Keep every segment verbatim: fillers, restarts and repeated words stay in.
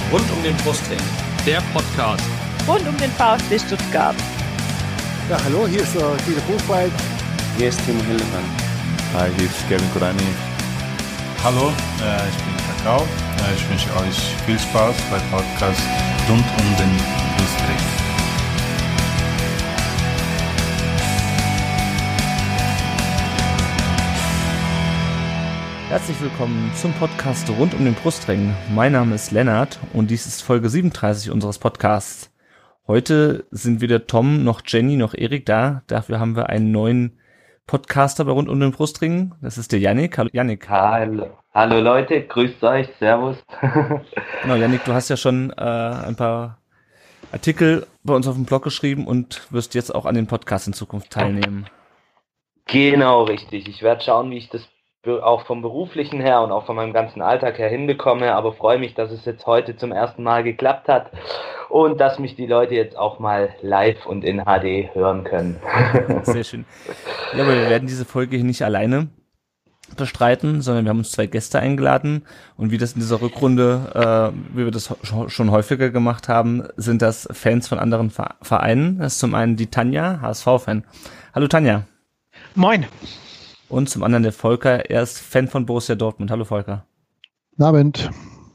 Rund um den Brustring. Der Podcast. Rund um den VfB Stuttgart. Ja, hallo, hier ist uh, Dieter Buchwald. Hier ist Timo Hildebrand. Hi, hier ist Kevin Kurani. Hallo, äh, ich bin Kakao. Äh, ich wünsche euch viel Spaß beim Podcast Rund um den Brustring. Herzlich willkommen zum Podcast Rund um den Brustring. Mein Name ist Lennart und dies ist Folge siebenunddreißig unseres Podcasts. Heute sind weder Tom noch Jenny noch Erik da. Dafür haben wir einen neuen Podcaster bei Rund um den Brustring. Das ist der Yannick. Hallo Yannick. Hallo, hallo Leute, grüßt euch, servus. Genau, Yannick, du hast ja schon äh, ein paar Artikel bei uns auf dem Blog geschrieben und wirst jetzt auch an den Podcast in Zukunft teilnehmen. Genau, richtig. Ich werde schauen, wie ich das auch vom beruflichen her und auch von meinem ganzen Alltag her hinbekomme, aber freue mich, dass es jetzt heute zum ersten Mal geklappt hat und dass mich die Leute jetzt auch mal live und in H D hören können. Sehr schön. Ja, aber wir werden diese Folge hier nicht alleine bestreiten, sondern wir haben uns zwei Gäste eingeladen und wie das in dieser Rückrunde, äh, wie wir das schon häufiger gemacht haben, sind das Fans von anderen Vereinen. Das ist zum einen die Tanja, H S V-Fan. Hallo Tanja. Moin. Und zum anderen der Volker, er ist Fan von Borussia Dortmund. Hallo Volker. Guten Abend.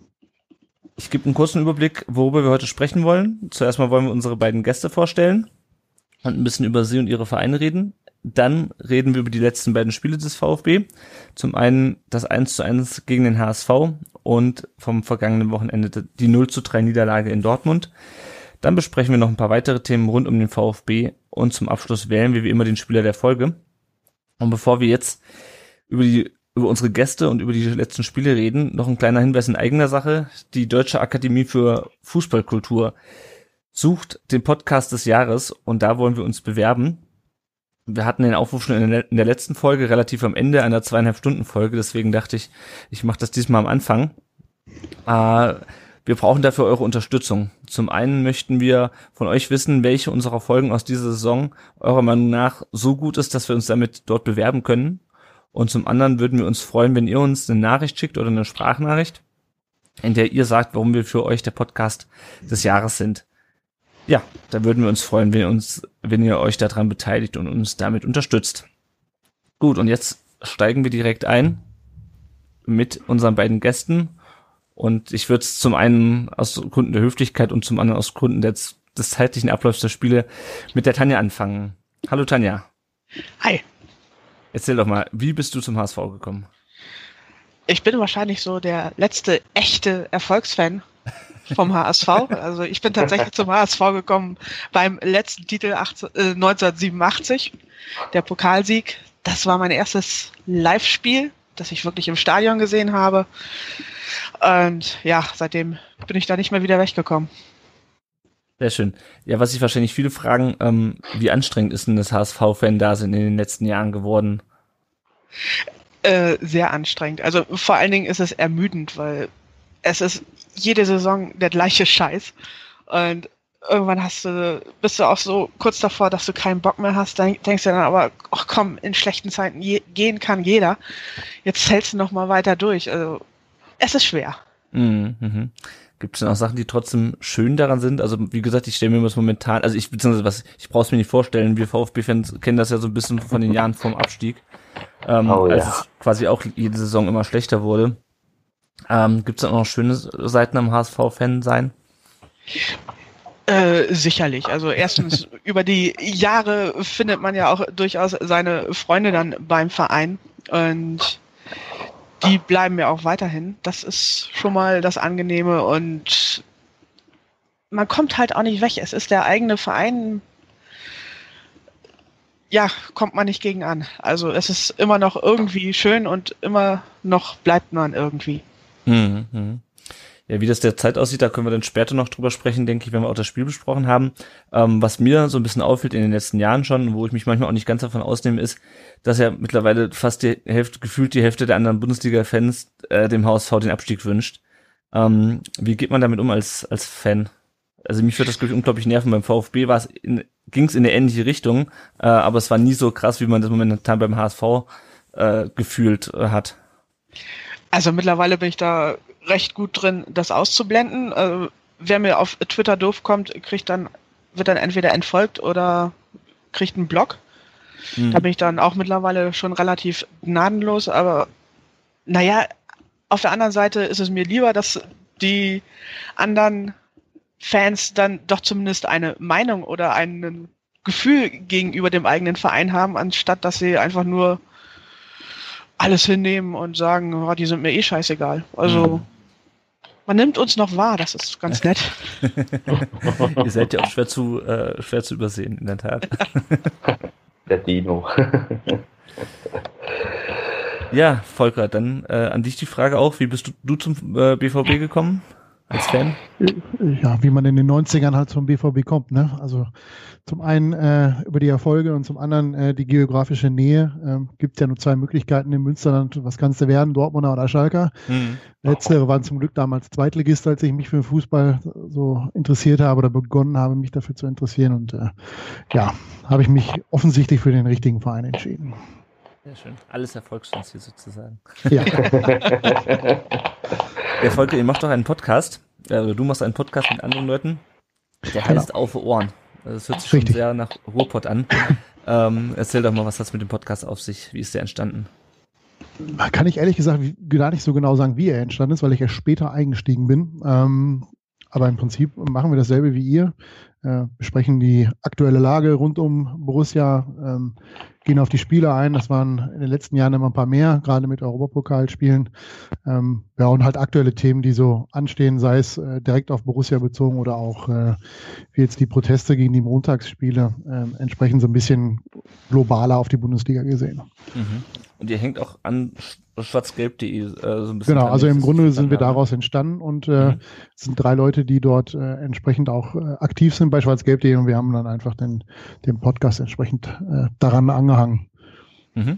Ich gebe einen kurzen Überblick, worüber wir heute sprechen wollen. Zuerst mal wollen wir unsere beiden Gäste vorstellen und ein bisschen über sie und ihre Vereine reden. Dann reden wir über die letzten beiden Spiele des VfB. Zum einen das eins zu eins gegen den H S V und vom vergangenen Wochenende die null zu drei Niederlage in Dortmund. Dann besprechen wir noch ein paar weitere Themen rund um den VfB und zum Abschluss wählen wir wie immer den Spieler der Folge. Und bevor wir jetzt über die über unsere Gäste und über die letzten Spiele reden, noch ein kleiner Hinweis in eigener Sache. Die Deutsche Akademie für Fußballkultur sucht den Podcast des Jahres und da wollen wir uns bewerben. Wir hatten den Aufruf schon in der, in der letzten Folge, relativ am Ende einer zweieinhalb Stunden Folge, deswegen dachte ich, ich mache das diesmal am Anfang. Äh, wir brauchen dafür eure Unterstützung. Zum einen möchten wir von euch wissen, welche unserer Folgen aus dieser Saison eurer Meinung nach so gut ist, dass wir uns damit dort bewerben können. Und zum anderen würden wir uns freuen, wenn ihr uns eine Nachricht schickt oder eine Sprachnachricht, in der ihr sagt, warum wir für euch der Podcast des Jahres sind. Ja, da würden wir uns freuen, wenn ihr uns, wenn ihr euch daran beteiligt und uns damit unterstützt. Gut, und jetzt steigen wir direkt ein mit unseren beiden Gästen. Und ich würde es zum einen aus Gründen der Höflichkeit und zum anderen aus Gründen des, des zeitlichen Ablaufs der Spiele mit der Tanja anfangen. Hallo Tanja. Hi. Erzähl doch mal, wie bist du zum H S V gekommen? Ich bin wahrscheinlich so der letzte echte Erfolgsfan vom H S V. Also ich bin tatsächlich zum H S V gekommen beim letzten Titel neunzehnhundertsiebenundachtzig, der Pokalsieg. Das war mein erstes Live-Spiel, das ich wirklich im Stadion gesehen habe. Und ja, seitdem bin ich da nicht mehr wieder weggekommen. Sehr schön. Ja, was sich wahrscheinlich viele fragen, ähm, wie anstrengend ist denn das H S V-Fan-Dasein in den letzten Jahren geworden? Äh, sehr anstrengend. Also vor allen Dingen ist es ermüdend, weil es ist jede Saison der gleiche Scheiß. Und irgendwann hast du, bist du auch so kurz davor, dass du keinen Bock mehr hast. Dann denkst du dann aber, ach komm, in schlechten Zeiten je, gehen kann jeder. Jetzt hältst du noch mal weiter durch. Also es ist schwer. Mhm. Gibt es denn auch Sachen, die trotzdem schön daran sind? Also wie gesagt, ich stelle mir das momentan, also ich beziehungsweise was, ich brauche es mir nicht vorstellen, wir VfB-Fans kennen das ja so ein bisschen von den Jahren vorm Abstieg, ähm, oh, ja. als es quasi auch jede Saison immer schlechter wurde. Ähm, Gibt es auch noch schöne Seiten am H S V-Fan sein? Äh, sicherlich. Also erstens, über die Jahre findet man ja auch durchaus seine Freunde dann beim Verein und die bleiben ja auch weiterhin. Das ist schon mal das Angenehme und man kommt halt auch nicht weg. Es ist der eigene Verein. Ja, kommt man nicht gegen an. Also es ist immer noch irgendwie schön und immer noch bleibt man irgendwie. Mhm. Ja, wie das derzeit aussieht, da können wir dann später noch drüber sprechen, denke ich, wenn wir auch das Spiel besprochen haben. Ähm, was mir so ein bisschen auffällt in den letzten Jahren schon, wo ich mich manchmal auch nicht ganz davon ausnehme, ist, dass ja mittlerweile fast die Hälfte, gefühlt die Hälfte der anderen Bundesliga-Fans äh, dem H S V den Abstieg wünscht. Ähm, wie geht man damit um als als Fan? Also mich würde das, glaube ich, unglaublich nerven. Beim VfB war es in, ging es in eine ähnliche Richtung, äh, aber es war nie so krass, wie man das momentan beim H S V äh, gefühlt äh, hat. Also mittlerweile bin ich da recht gut drin, das auszublenden. Äh, wer mir auf Twitter doof kommt, kriegt dann, wird dann entweder entfolgt oder kriegt einen Block. Mhm. Da bin ich dann auch mittlerweile schon relativ gnadenlos, aber naja, auf der anderen Seite ist es mir lieber, dass die anderen Fans dann doch zumindest eine Meinung oder ein Gefühl gegenüber dem eigenen Verein haben, anstatt dass sie einfach nur alles hinnehmen und sagen, oh, die sind mir eh scheißegal. Also mhm. man nimmt uns noch wahr, das ist ganz nett. Ihr seid ja auch schwer zu, äh, schwer zu übersehen, in der Tat. Der Dino. Ja, Volker, dann äh, an dich die Frage auch, wie bist du, du zum äh, B V B gekommen als Fan? Ja, wie man in den neunzigern halt zum B V B kommt, ne? Also zum einen äh, über die Erfolge und zum anderen äh, die geografische Nähe. Ähm, gibt ja nur zwei Möglichkeiten im Münsterland, was kannst du werden, Dortmunder oder Schalker. Mhm. Letztere waren zum Glück damals Zweitligist, als ich mich für Fußball so interessiert habe oder begonnen habe, mich dafür zu interessieren. Und äh, ja, habe ich mich offensichtlich für den richtigen Verein entschieden. Sehr schön. Alles Erfolgschance hier sozusagen. Ja. Der Volker, ihr macht doch einen Podcast, oder du machst einen Podcast mit anderen Leuten, der heißt genau. Auf Ohren. Das hört sich Richtig. schon sehr nach Ruhrpott an. ähm, erzähl doch mal, was hat's mit dem Podcast auf sich? Wie ist der entstanden? Kann ich ehrlich gesagt gar nicht so genau sagen, wie er entstanden ist, weil ich erst später eingestiegen bin. Ähm, aber im Prinzip machen wir dasselbe wie ihr. Äh, besprechen die aktuelle Lage rund um Borussia, ähm, gehen auf die Spiele ein. Das waren in den letzten Jahren immer ein paar mehr, gerade mit Europapokalspielen. Ähm, ja, und halt aktuelle Themen, die so anstehen, sei es äh, direkt auf Borussia bezogen oder auch äh, wie jetzt die Proteste gegen die Montagsspiele, äh, entsprechend so ein bisschen globaler auf die Bundesliga gesehen. Mhm. Und ihr hängt auch an schwarzgelb punkt de äh, so ein bisschen. Genau, also im Grunde sind wir daraus entstanden und äh, mhm. es sind drei Leute, die dort äh, entsprechend auch äh, aktiv sind bei schwarzgelb punkt de und wir haben dann einfach den, den Podcast entsprechend äh, daran angehangen. Mhm.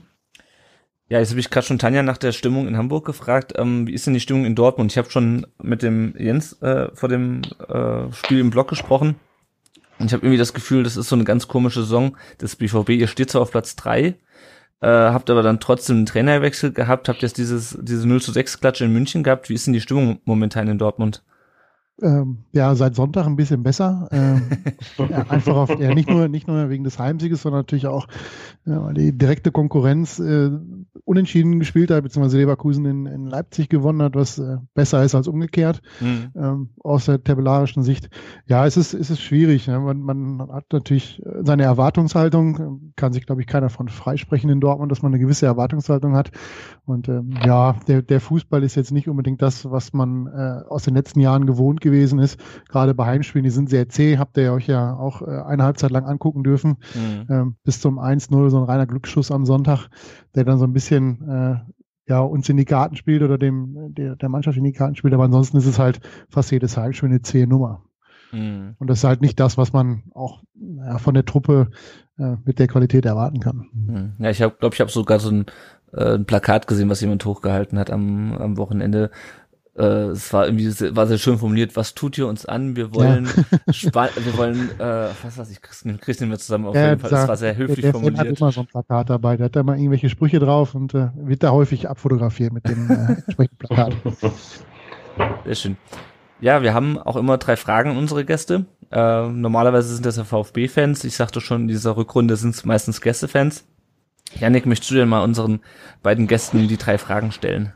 Ja, jetzt habe ich gerade schon Tanja nach der Stimmung in Hamburg gefragt. Ähm, wie ist denn die Stimmung in Dortmund? Ich habe schon mit dem Jens äh, vor dem äh, Spiel im Blog gesprochen und ich habe irgendwie das Gefühl, das ist so eine ganz komische Saison des B V B. Ihr steht zwar auf Platz drei, Äh, habt aber dann trotzdem einen Trainerwechsel gehabt, habt jetzt dieses diese null zu sechs Klatsche in München gehabt. Wie ist denn die Stimmung momentan in Dortmund? Ähm, ja, seit Sonntag ein bisschen besser. Ähm, ja, einfach auf, ja, nicht nur nicht nur wegen des Heimsieges, sondern natürlich auch ja, die direkte Konkurrenz äh, unentschieden gespielt hat, beziehungsweise Leverkusen in, in Leipzig gewonnen hat, was äh, besser ist als umgekehrt, mhm. ähm, aus der tabellarischen Sicht. Ja, es ist, es ist schwierig. Ne? Man, man hat natürlich seine Erwartungshaltung, kann sich, glaube ich, keiner von freisprechen in Dortmund, dass man eine gewisse Erwartungshaltung hat. Und ähm, ja, der, der Fußball ist jetzt nicht unbedingt das, was man äh, aus den letzten Jahren gewohnt gewesen ist. Gerade bei Heimspielen, die sind sehr zäh, habt ihr euch ja auch äh, eine Halbzeit lang angucken dürfen. Mhm. Ähm, bis zum eins null, so ein reiner Glücksschuss am Sonntag, der dann so ein bisschen äh, ja, uns in die Karten spielt oder dem der, der Mannschaft in die Karten spielt. Aber ansonsten ist es halt fast jedes Heimspiel eine zähe Nummer. Mhm. Und das ist halt nicht das, was man auch ja, von der Truppe äh, mit der Qualität erwarten kann. Mhm. Ja, ich habe, glaube ich, habe sogar so ein, äh, ein Plakat gesehen, was jemand hochgehalten hat am, am Wochenende. Äh, es war irgendwie sehr, war sehr schön formuliert. Was tut ihr uns an? Wir wollen, ja. Spa- wir wollen, äh, was weiß ich, kriegst du nicht mehr zusammen auf ja, jeden Fall. Das war sehr höflich der, der formuliert. Der hat immer so ein Plakat dabei. Der hat da mal irgendwelche Sprüche drauf und äh, wird da häufig abfotografiert mit dem äh, entsprechenden Plakat. Sehr schön. Ja, wir haben auch immer drei Fragen an unsere Gäste. Äh, normalerweise sind das ja VfB-Fans. Ich sagte schon, in dieser Rückrunde sind es meistens Gästefans. Jannik, möchtest du denn mal unseren beiden Gästen die drei Fragen stellen?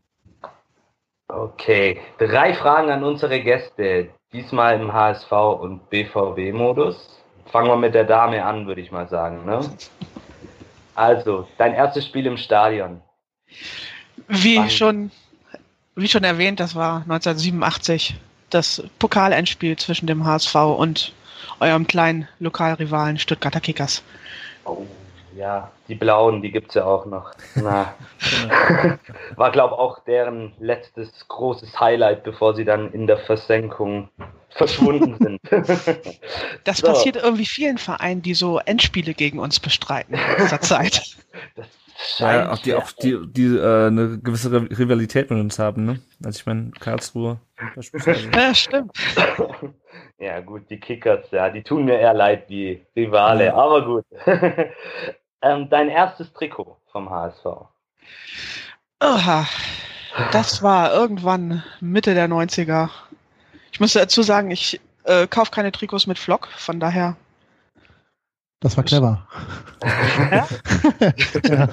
Okay, drei Fragen an unsere Gäste, diesmal im H S V und B V B-Modus. Fangen wir mit der Dame an, würde ich mal sagen. Ne? Also, dein erstes Spiel im Stadion. Wie Wann? schon, wie schon erwähnt, das war neunzehnhundertsiebenundachtzig, das Pokalendspiel zwischen dem H S V und eurem kleinen Lokalrivalen Stuttgarter Kickers. Oh. Ja, die Blauen, die gibt's ja auch noch. Na. War, glaube ich, auch deren letztes großes Highlight, bevor sie dann in der Versenkung verschwunden sind. Das so. Passiert irgendwie vielen Vereinen, die so Endspiele gegen uns bestreiten in letzter Zeit. Das ja, auch die, auch die, die äh, eine gewisse Rivalität mit uns haben, ne? Also ich meine, Karlsruhe beispielsweise. Ja, stimmt. Ja gut, die Kickers, ja, die tun mir eher leid wie Rivale, ja. Aber gut. ähm, dein erstes Trikot vom H S V? Oha. Das war irgendwann Mitte der neunziger. Ich muss dazu sagen, ich äh, kaufe keine Trikots mit Flock, von daher. Das war clever. Ja? Ja.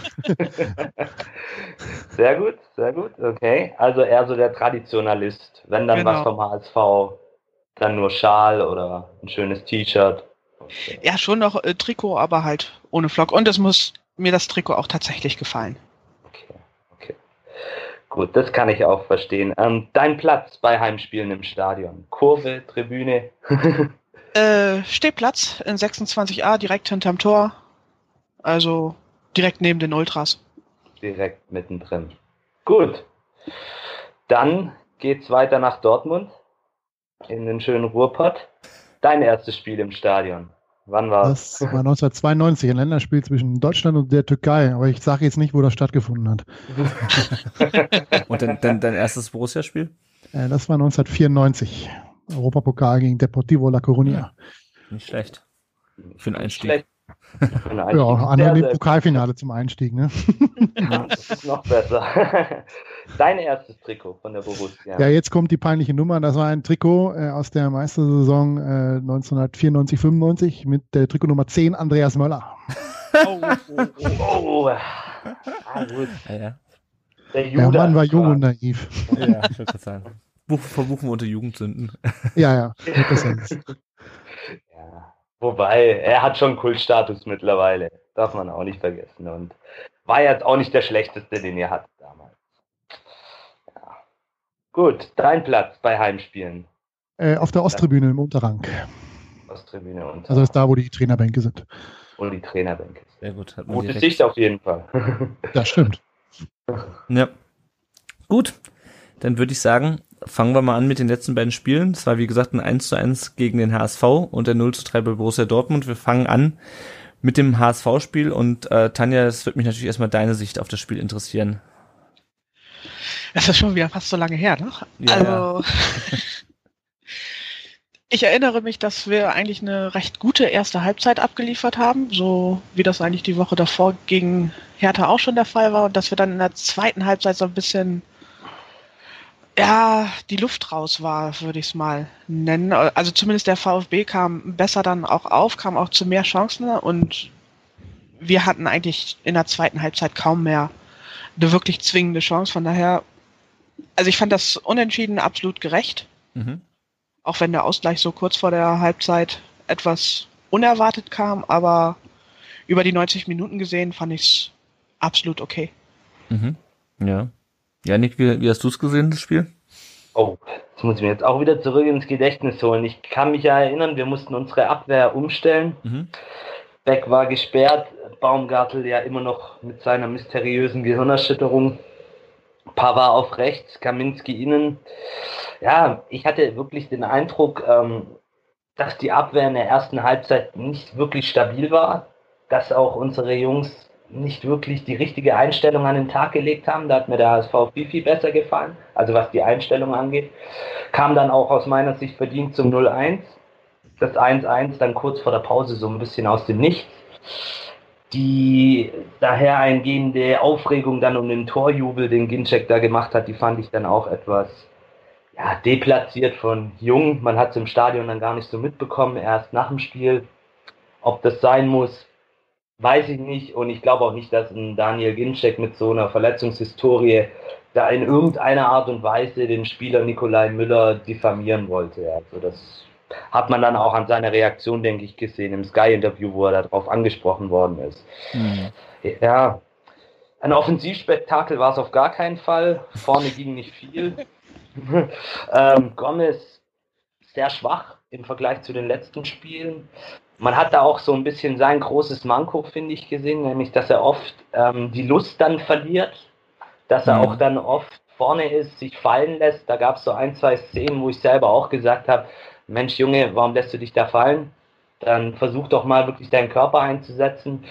Sehr gut, sehr gut, okay. Also eher so der Traditionalist. Wenn dann Genau. was vom H S V, dann nur Schal oder ein schönes T-Shirt. Okay. Ja, schon noch äh, Trikot, aber halt ohne Flock. Und es muss mir das Trikot auch tatsächlich gefallen. Okay, okay. Gut, das kann ich auch verstehen. Ähm, dein Platz bei Heimspielen im Stadion? Kurve, Tribüne? Äh, Stehplatz in sechsundzwanzig a, direkt hinterm Tor. Also direkt neben den Ultras. Direkt mittendrin. Gut. Dann geht's weiter nach Dortmund. In den schönen Ruhrpott. Dein erstes Spiel im Stadion. Wann war es? Das war neunzehnhundertzweiundneunzig, ein Länderspiel zwischen Deutschland und der Türkei. Aber ich sage jetzt nicht, wo das stattgefunden hat. Und dann, dann dein erstes Borussia-Spiel? Äh, das war neunzehnhundertvierundneunzig. Europapokal gegen Deportivo La Coruña. Nicht schlecht. Für einen Einstieg. Schlecht. Für einen Einstieg. Ja, Sehr, andere sehr Pokalfinale zum Einstieg, ne? gut. Das ist noch besser. Dein erstes Trikot von der Borussia. Ja, jetzt kommt die peinliche Nummer. Das war ein Trikot äh, aus der Meistersaison äh, neunzehnhundertvierundneunzig fünfundneunzig mit der Trikotnummer zehn, Andreas Möller. Oh, oh, oh. Oh. Ah, gut. Ja, ja. Der Der Judas Mann war jung war- und naiv. ja ich würde sagen. Buch, verbuchen wir unter Jugendsünden. Ja, ja. Das ist Ja. Wobei, er hat schon Kultstatus mittlerweile. Darf man auch nicht vergessen. Und war jetzt auch nicht der schlechteste, den ihr hattet damals. Ja. Gut, dein Platz bei Heimspielen. äh, auf der Osttribüne im Unterrang. Osttribüne und, Also das ist da, wo die Trainerbänke sind. und die Trainerbänke. Sehr gut. Hat man Gute direkt. Sicht auf jeden Fall. Das stimmt. Ja. Gut. Dann würde ich sagen, fangen wir mal an mit den letzten beiden Spielen. Es war, wie gesagt, ein eins zu eins gegen den H S V und der null zu drei bei Borussia Dortmund. Wir fangen an mit dem H S V-Spiel und äh, Tanja, es wird mich natürlich erstmal deine Sicht auf das Spiel interessieren. Das ist schon wieder fast so lange her, ne? Ja, also, ich erinnere mich, dass wir eigentlich eine recht gute erste Halbzeit abgeliefert haben, so wie das eigentlich die Woche davor gegen Hertha auch schon der Fall war, und dass wir dann in der zweiten Halbzeit so ein bisschen, ja, die Luft raus war, würde ich es mal nennen. Also zumindest der VfB kam besser dann auch auf, kam auch zu mehr Chancen, und wir hatten eigentlich in der zweiten Halbzeit kaum mehr eine wirklich zwingende Chance. Von daher, also ich fand das Unentschieden absolut gerecht, Mhm. auch wenn der Ausgleich so kurz vor der Halbzeit etwas unerwartet kam, aber über die neunzig Minuten gesehen fand ich es absolut okay. Mhm. Ja. Janik, wie, wie hast du es gesehen, das Spiel? Oh, das muss ich mir jetzt auch wieder zurück ins Gedächtnis holen. Ich kann mich ja erinnern, wir mussten unsere Abwehr umstellen. Mhm. Beck war gesperrt, Baumgartel ja immer noch mit seiner mysteriösen Gehirnerschütterung. Pavard auf rechts, Kaminski innen. Ja, ich hatte wirklich den Eindruck, ähm, dass die Abwehr in der ersten Halbzeit nicht wirklich stabil war, dass auch unsere Jungs nicht wirklich die richtige Einstellung an den Tag gelegt haben. Da hat mir der H S V viel, viel besser gefallen, also was die Einstellung angeht. Kam dann auch aus meiner Sicht verdient zum null eins. Das eins eins dann kurz vor der Pause so ein bisschen aus dem Nichts. Die daher eingehende Aufregung dann um den Torjubel, den Ginczek da gemacht hat, die fand ich dann auch etwas ja, deplatziert von Jung. Man hat es im Stadion dann gar nicht so mitbekommen, erst nach dem Spiel. Ob das sein muss, weiß ich nicht. Und ich glaube auch nicht, dass ein Daniel Ginczek mit so einer Verletzungshistorie da in irgendeiner Art und Weise den Spieler Nikolai Müller diffamieren wollte. Also das hat man dann auch an seiner Reaktion, denke ich, gesehen im Sky-Interview, wo er darauf angesprochen worden ist. Mhm. Ja, ein Offensivspektakel war es auf gar keinen Fall. Vorne ging nicht viel. ähm, Gomez sehr schwach im Vergleich zu den letzten Spielen. Man hat da auch so ein bisschen sein großes Manko, finde ich, gesehen, nämlich, dass er oft ähm, die Lust dann verliert, dass er Mhm. auch dann oft vorne ist, sich fallen lässt. Da gab es so ein, zwei Szenen, wo ich selber auch gesagt habe, Mensch, Junge, warum lässt du dich da fallen? Dann versuch doch mal wirklich deinen Körper einzusetzen.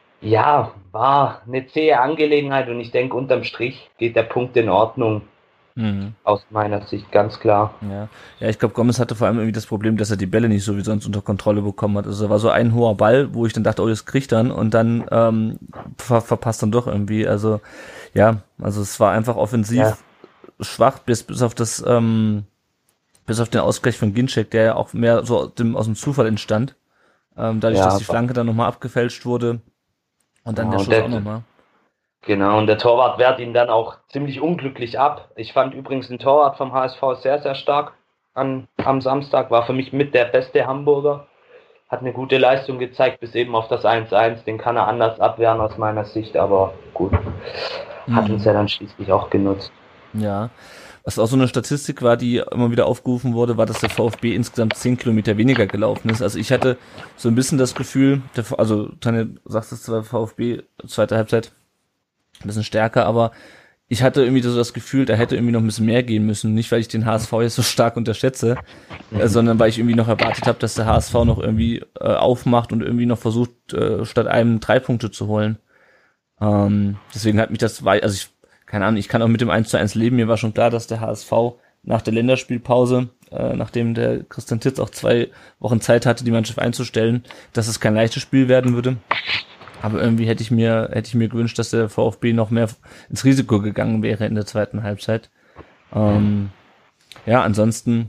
Ja, war eine zähe Angelegenheit und ich denke, unterm Strich geht der Punkt in Ordnung. Mhm. Aus meiner Sicht, ganz klar. Ja, ja, ich glaube, Gomez hatte vor allem irgendwie das Problem, dass er die Bälle nicht so wie sonst unter Kontrolle bekommen hat. Also da war so ein hoher Ball, wo ich dann dachte, oh, das kriegt er und dann ähm, ver verpasst dann doch irgendwie. Also ja, also es war einfach offensiv Ja. schwach, bis bis auf das, ähm, bis auf den Ausgleich von Ginczek, der ja auch mehr so aus dem, aus dem Zufall entstand. Ähm, dadurch, Ja, dass die aber- Flanke dann nochmal abgefälscht wurde und dann Ja, der und Schuss der- auch nochmal. Genau, und der Torwart wehrt ihn dann auch ziemlich unglücklich ab. Ich fand übrigens den Torwart vom H S V sehr, sehr stark an, am Samstag. War für mich mit der beste Hamburger. Hat eine gute Leistung gezeigt, bis eben auf das eins eins. Den kann er anders abwehren aus meiner Sicht, aber gut. Hat Mhm. uns ja dann schließlich auch genutzt. Ja, was auch so eine Statistik war, die immer wieder aufgerufen wurde, war, dass der VfB insgesamt zehn Kilometer weniger gelaufen ist. Also ich hatte so ein bisschen das Gefühl, der, also Tanja, sagst es zwar, VfB zweite Halbzeit ein bisschen stärker, aber ich hatte irgendwie so das Gefühl, da hätte irgendwie noch ein bisschen mehr gehen müssen. Nicht, weil ich den H S V jetzt so stark unterschätze, äh, sondern weil ich irgendwie noch erwartet habe, dass der H S V noch irgendwie äh, aufmacht und irgendwie noch versucht, äh, statt einem drei Punkte zu holen. Ähm, deswegen hat mich das, wei- also ich, keine Ahnung, ich kann auch mit dem eins zu eins leben. Mir war schon klar, dass der H S V nach der Länderspielpause, äh, nachdem der Christian Titz auch zwei Wochen Zeit hatte, die Mannschaft einzustellen, dass es kein leichtes Spiel werden würde. Aber irgendwie hätte ich mir, hätte ich mir gewünscht, dass der VfB noch mehr ins Risiko gegangen wäre in der zweiten Halbzeit. Ähm, ja, ansonsten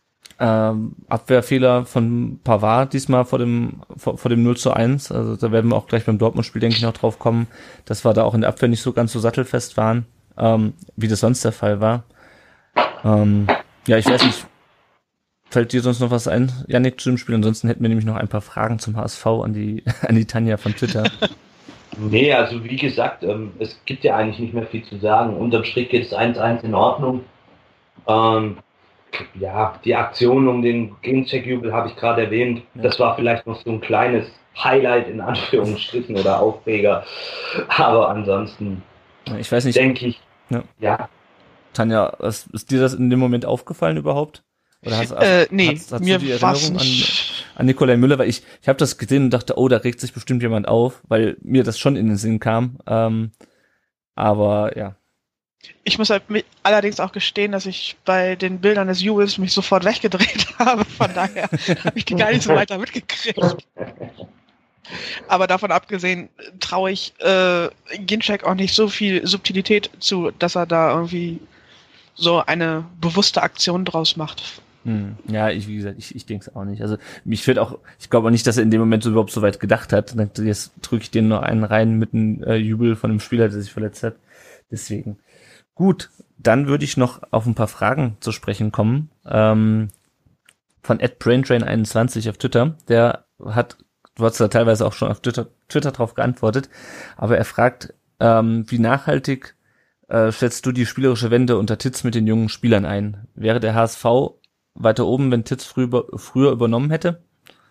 ähm, Abwehrfehler von Pavard diesmal vor dem vor, vor dem null zu eins. Also da werden wir auch gleich beim Dortmund-Spiel, denke ich, noch drauf kommen, dass wir da auch in der Abwehr nicht so ganz so sattelfest waren, ähm, wie das sonst der Fall war. Ähm, ja, ich weiß nicht, fällt dir sonst noch was ein, Yannick, zu dem Spiel? Ansonsten hätten wir nämlich noch ein paar Fragen zum H S V an die an die Tanja von Twitter. Nee, also wie gesagt, ähm, es gibt ja eigentlich nicht mehr viel zu sagen. Unterm Strich geht es eins eins in Ordnung. Ähm, ja, die Aktion um den Gegencheck-Jubel habe ich gerade erwähnt. Ja. Das war vielleicht noch so ein kleines Highlight in Anführungsstrichen oder Aufreger. Aber ansonsten Ich weiß nicht, denke ich, Ja. ja, Tanja, was, ist dir das in dem Moment aufgefallen überhaupt? Oder hast, hast, Äh, nee, hast, hast mir du die war's Erinnerung an, nicht. an Nikolai Müller? Weil ich, ich habe das gesehen und dachte, oh, da regt sich bestimmt jemand auf, weil mir das schon in den Sinn kam. Ähm, aber ja. Ich muss halt mi- allerdings auch gestehen, dass ich bei den Bildern des Jubels mich sofort weggedreht habe. Von daher habe ich die gar nicht so weiter mitgekriegt. Aber davon abgesehen traue ich äh, Ginczek auch nicht so viel Subtilität zu, dass er da irgendwie so eine bewusste Aktion draus macht. Hm, ja, ich, wie gesagt, ich, ich denke es auch nicht. Also mich führt auch, ich glaube auch nicht, dass er in dem Moment so überhaupt so weit gedacht hat. Dann, jetzt drücke ich den noch einen rein mit einem äh, Jubel von einem Spieler, der sich verletzt hat. Deswegen. Gut, dann würde ich noch auf ein paar Fragen zu sprechen kommen. Ähm, von at braintrain einundzwanzig auf Twitter. Der hat, du hast da teilweise auch schon auf Twitter, Twitter drauf geantwortet, aber er fragt, ähm, wie nachhaltig äh, schätzt du die spielerische Wende unter Titz mit den jungen Spielern ein? Wäre der H S V weiter oben, wenn Titz früh, früher übernommen hätte?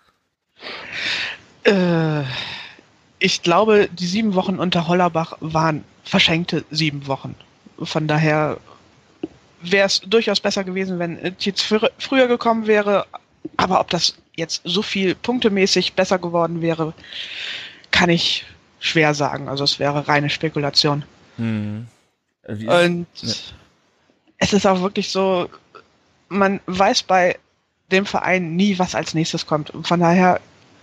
Äh, ich glaube, die sieben Wochen unter Hollerbach waren verschenkte sieben Wochen. Von daher wäre es durchaus besser gewesen, wenn Titz frü- früher gekommen wäre. Aber ob das jetzt so viel punktemäßig besser geworden wäre, kann ich schwer sagen. Also es wäre reine Spekulation. Hm. Wie ist- Und ja. es ist auch wirklich so, man weiß bei dem Verein nie, was als nächstes kommt. Und von daher,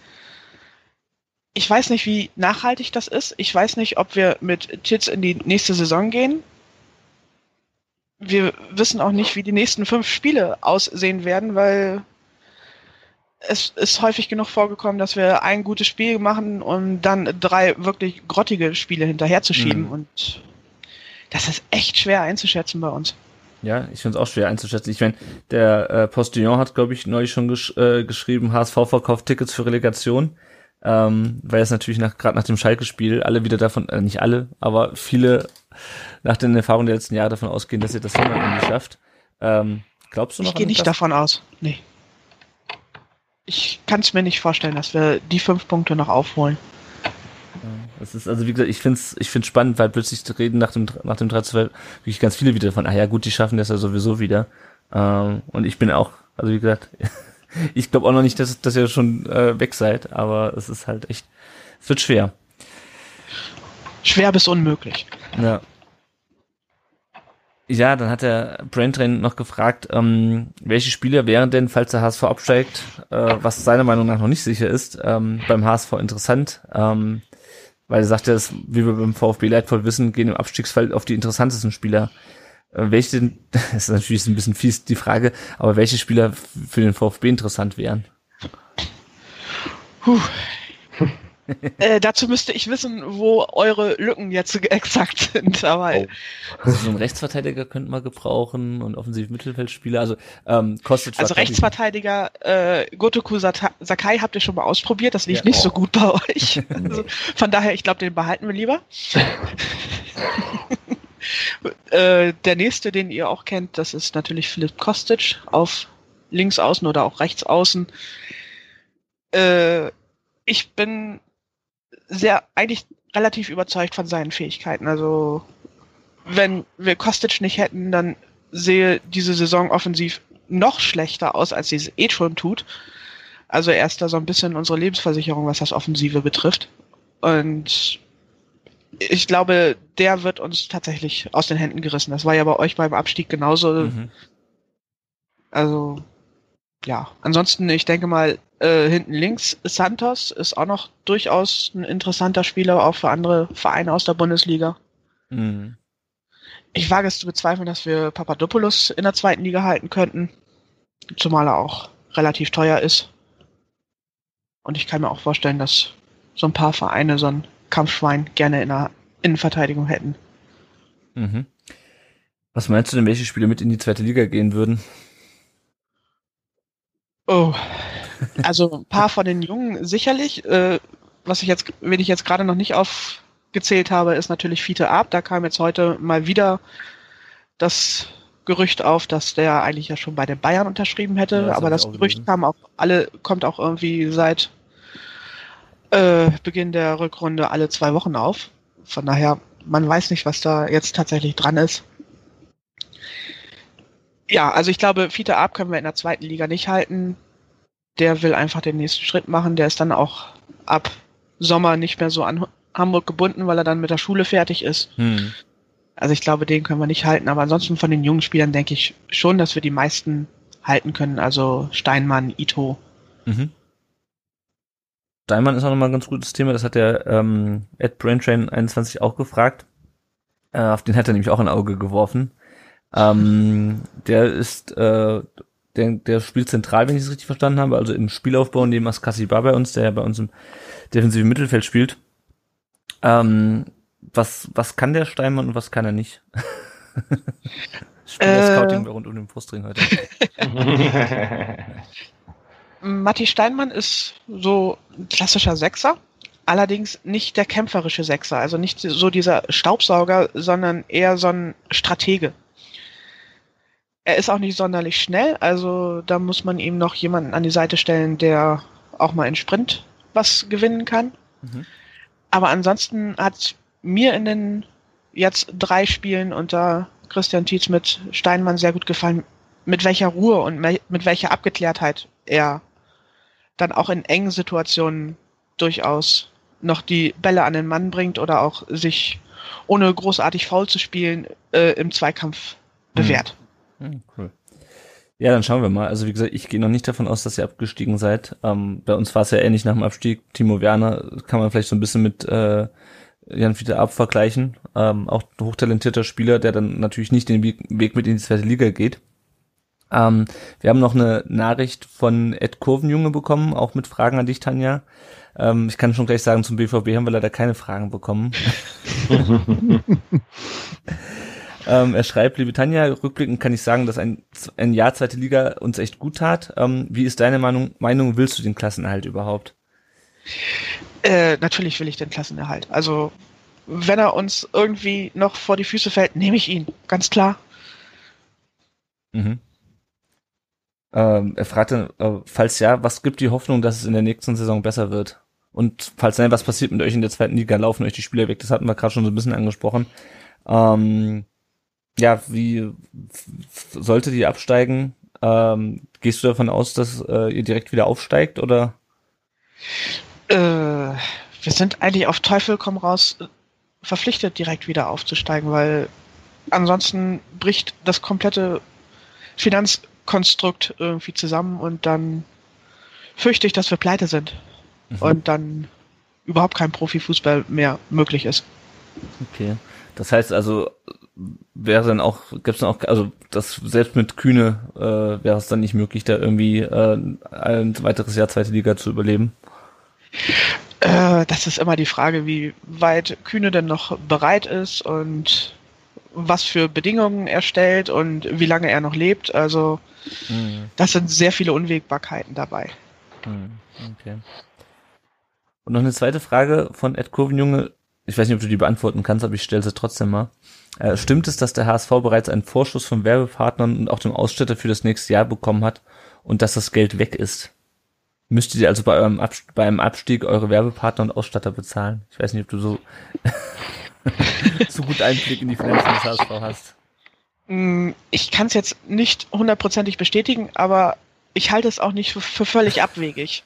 ich weiß nicht, wie nachhaltig das ist. Ich weiß nicht, ob wir mit Titz in die nächste Saison gehen. Wir wissen auch nicht, wie die nächsten fünf Spiele aussehen werden, weil es ist häufig genug vorgekommen, dass wir ein gutes Spiel machen und dann drei wirklich grottige Spiele hinterherzuschieben. Mhm. Und das ist echt schwer einzuschätzen bei uns. Ja, ich finde es auch schwer einzuschätzen. Ich meine, der äh, Postillon hat, glaube ich, neulich schon gesch äh, geschrieben, H S V verkauft Tickets für Relegation, ähm, weil es natürlich nach gerade nach dem Schalke-Spiel alle wieder davon, äh, nicht alle, aber viele nach den Erfahrungen der letzten Jahre davon ausgehen, dass ihr das Thema irgendwie schafft. Ähm, glaubst du noch Ich gehe an nicht das? davon aus. Nee. Ich kann es mir nicht vorstellen, dass wir die fünf Punkte noch aufholen. Das ist, also wie gesagt, ich finde es ich find's spannend, weil plötzlich reden nach dem nach dem drei zu zwei wirklich ganz viele wieder davon, ah ja gut, die schaffen das ja sowieso wieder. Ähm, und ich bin auch, also wie gesagt, ich glaube auch noch nicht, dass, dass ihr schon äh, weg seid, aber es ist halt echt, es wird schwer. Schwer bis unmöglich. Ja. Ja, dann hat der Braintrain noch gefragt, ähm, welche Spieler wären denn, falls der H S V absteigt, äh, was seiner Meinung nach noch nicht sicher ist, ähm, beim H S V interessant, ähm, weil er sagte, dass, wie wir beim VfB leidvoll wissen, gehen im Abstiegsfall auf die interessantesten Spieler. Äh, welche denn, das ist natürlich ein bisschen fies, die Frage, aber welche Spieler f- für den VfB interessant wären? Puh. äh, dazu müsste ich wissen, wo eure Lücken jetzt exakt sind. Aber Oh. Also so einen Rechtsverteidiger könnten wir gebrauchen und offensiv Mittelfeldspieler, also ähm, Kostic. also war, glaub ich, Rechtsverteidiger äh, Gotoku Sata- Sakai habt ihr schon mal ausprobiert. Das lief Ja. nicht Oh. so gut bei euch. Also, von daher, ich glaube, den behalten wir lieber. äh, der nächste, den ihr auch kennt, das ist natürlich Filip Kostic auf links außen oder auch rechts außen. Äh, ich bin sehr, eigentlich relativ überzeugt von seinen Fähigkeiten. Also, wenn wir Kostic nicht hätten, dann sehe diese Saison offensiv noch schlechter aus, als sie es eh schon tut. Also er ist da so ein bisschen unsere Lebensversicherung, was das Offensive betrifft. Und ich glaube, der wird uns tatsächlich aus den Händen gerissen. Das war ja bei euch beim Abstieg genauso. Mhm. Also, ja. Ansonsten, ich denke mal, äh, hinten links Santos ist auch noch durchaus ein interessanter Spieler, auch für andere Vereine aus der Bundesliga. Mhm. Ich wage es zu bezweifeln, dass wir Papadopoulos in der zweiten Liga halten könnten. Zumal er auch relativ teuer ist. Und ich kann mir auch vorstellen, dass so ein paar Vereine so ein Kampfschwein gerne in der Innenverteidigung hätten. Mhm. Was meinst du denn, welche Spieler mit in die zweite Liga gehen würden? Oh, also ein paar von den Jungen sicherlich. Äh, was ich jetzt, wen ich jetzt gerade noch nicht aufgezählt habe, ist natürlich Fiete Ab. Da kam jetzt heute mal wieder das Gerücht auf, dass der eigentlich ja schon bei den Bayern unterschrieben hätte. Ja, das aber hab ich das auch Gerücht gelesen. kam auch alle, kommt auch irgendwie seit äh, Beginn der Rückrunde alle zwei Wochen auf. Von daher, man weiß nicht, was da jetzt tatsächlich dran ist. Ja, also ich glaube, Fiete Ab können wir in der zweiten Liga nicht halten. Der will einfach den nächsten Schritt machen. Der ist dann auch ab Sommer nicht mehr so an Hamburg gebunden, weil er dann mit der Schule fertig ist. Hm. Also ich glaube, den können wir nicht halten. Aber ansonsten von den jungen Spielern denke ich schon, dass wir die meisten halten können. Also Steinmann, Ito. Mhm. Steinmann ist auch nochmal ein ganz gutes Thema. Das hat der ähm, Ed Braintrain einundzwanzig auch gefragt. Äh, auf den hat er nämlich auch ein Auge geworfen. Ähm, der ist, äh, der, der spielt zentral, wenn ich es richtig verstanden habe, also im Spielaufbau neben Askasi Bar bei uns, der ja bei uns im defensiven Mittelfeld spielt. Ähm, was, was kann der Steinmann und was kann er nicht? Spieler-Scouting Äh. rund um den Brustring heute. Matti Steinmann ist so ein klassischer Sechser, allerdings nicht der kämpferische Sechser, also nicht so dieser Staubsauger, sondern eher so ein Stratege. Er ist auch nicht sonderlich schnell, also da muss man ihm noch jemanden an die Seite stellen, der auch mal in Sprint was gewinnen kann. Mhm. Aber ansonsten hat mir in den jetzt drei Spielen unter Christian Tietz mit Steinmann sehr gut gefallen, mit welcher Ruhe und me- mit welcher Abgeklärtheit er dann auch in engen Situationen durchaus noch die Bälle an den Mann bringt oder auch sich ohne großartig faul zu spielen äh, im Zweikampf bewährt. Hm, cool. Ja, dann schauen wir mal. Also wie gesagt, ich gehe noch nicht davon aus, dass ihr abgestiegen seid. Ähm, bei uns war es ja ähnlich nach dem Abstieg. Timo Werner kann man vielleicht so ein bisschen mit äh, Jan-Fiete Ab vergleichen. Ähm, auch ein hochtalentierter Spieler, der dann natürlich nicht den Weg mit in die zweite Liga geht. Ähm, wir haben noch eine Nachricht von Ed Kurvenjunge bekommen, auch mit Fragen an dich, Tanja. Ähm, ich kann schon gleich sagen, zum B V B haben wir leider keine Fragen bekommen. ähm, er schreibt, liebe Tanja, rückblickend kann ich sagen, dass ein, ein Jahr zweite Liga uns echt gut tat. Ähm, wie ist deine Meinung, Meinung, willst du den Klassenerhalt überhaupt? Äh, natürlich will ich den Klassenerhalt. Also wenn er uns irgendwie noch vor die Füße fällt, nehme ich ihn, ganz klar. Mhm. Ähm, er fragte, äh, falls ja, was gibt die Hoffnung, dass es in der nächsten Saison besser wird? Und falls nein, was passiert mit euch in der zweiten Liga? Laufen euch die Spieler weg? Das hatten wir gerade schon so ein bisschen angesprochen. Ähm, ja, wie f- sollte die absteigen? Ähm, gehst du davon aus, dass äh, ihr direkt wieder aufsteigt oder? Äh, wir sind eigentlich auf Teufel komm raus äh, verpflichtet, direkt wieder aufzusteigen, weil ansonsten bricht das komplette Finanzkonstrukt irgendwie zusammen und dann fürchte ich, dass wir pleite sind mhm. und dann überhaupt kein Profifußball mehr möglich ist. Okay. Das heißt also, wäre dann auch, gibt's dann auch, also das selbst mit Kühne äh, wäre es dann nicht möglich, da irgendwie äh, ein weiteres Jahr zweite Liga zu überleben? Äh, das ist immer die Frage, wie weit Kühne denn noch bereit ist und was für Bedingungen er stellt und wie lange er noch lebt. Also mhm. das sind sehr viele Unwägbarkeiten dabei. Mhm. Okay. Und noch eine zweite Frage von Ed Kurvenjunge. Ich weiß nicht, ob du die beantworten kannst, aber ich stelle sie trotzdem mal. Äh, stimmt es, dass der H S V bereits einen Vorschuss von Werbepartnern und auch dem Ausstatter für das nächste Jahr bekommen hat und dass das Geld weg ist? Müsstet ihr also bei eurem Abst- bei einem Abstieg eure Werbepartner und Ausstatter bezahlen? Ich weiß nicht, ob du so, so gut Einblick in die Finanzen des H S V hast. Ich kann es jetzt nicht hundertprozentig bestätigen, aber ich halte es auch nicht für, für völlig abwegig.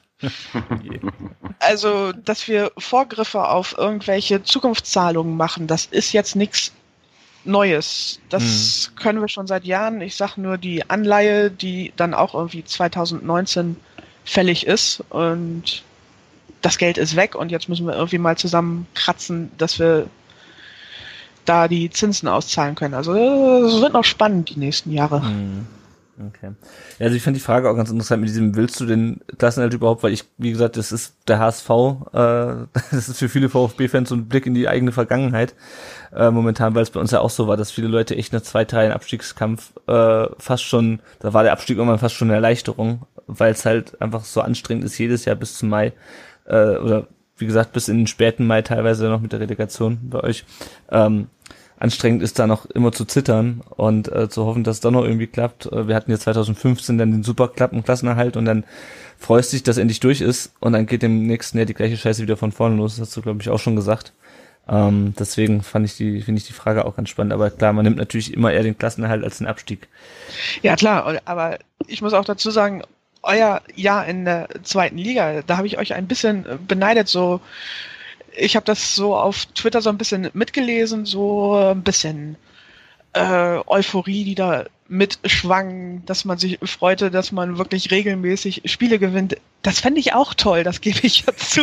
Also, dass wir Vorgriffe auf irgendwelche Zukunftszahlungen machen, das ist jetzt nichts Neues. Das mhm. können wir schon seit Jahren. Ich sag nur die Anleihe, die dann auch irgendwie zwanzig neunzehn fällig ist und das Geld ist weg und jetzt müssen wir irgendwie mal zusammenkratzen, dass wir da die Zinsen auszahlen können. Also es wird noch spannend die nächsten Jahre. Mhm. Okay. Ja, also ich finde die Frage auch ganz interessant mit diesem, willst du den Klassenerhalt überhaupt, weil ich, wie gesagt, das ist der H S V, äh, das ist für viele VfB-Fans so ein Blick in die eigene Vergangenheit, äh, momentan, weil es bei uns ja auch so war, dass viele Leute echt nach zwei, drei Abstiegskampf äh, fast schon, da war der Abstieg irgendwann fast schon eine Erleichterung, weil es halt einfach so anstrengend ist, jedes Jahr bis zum Mai, äh, oder wie gesagt, bis in den späten Mai teilweise noch mit der Relegation bei euch, ähm, anstrengend ist da noch immer zu zittern und äh, zu hoffen, dass es doch noch irgendwie klappt. Äh, wir hatten ja zwanzig fünfzehn dann den Superklappen Klassenerhalt und dann freust dich, dass endlich durch ist und dann geht im nächsten Jahr die gleiche Scheiße wieder von vorne los. Das hast du, glaube ich, auch schon gesagt. Ähm, deswegen fand ich die, finde ich die Frage auch ganz spannend. Aber klar, man nimmt natürlich immer eher den Klassenerhalt als den Abstieg. Ja klar, aber ich muss auch dazu sagen, euer Jahr in der zweiten Liga, da habe ich euch ein bisschen beneidet, so ich habe das so auf Twitter so ein bisschen mitgelesen, so ein bisschen äh, Euphorie, die da mitschwang, dass man sich freute, dass man wirklich regelmäßig Spiele gewinnt. Das fände ich auch toll, das gebe ich ja zu.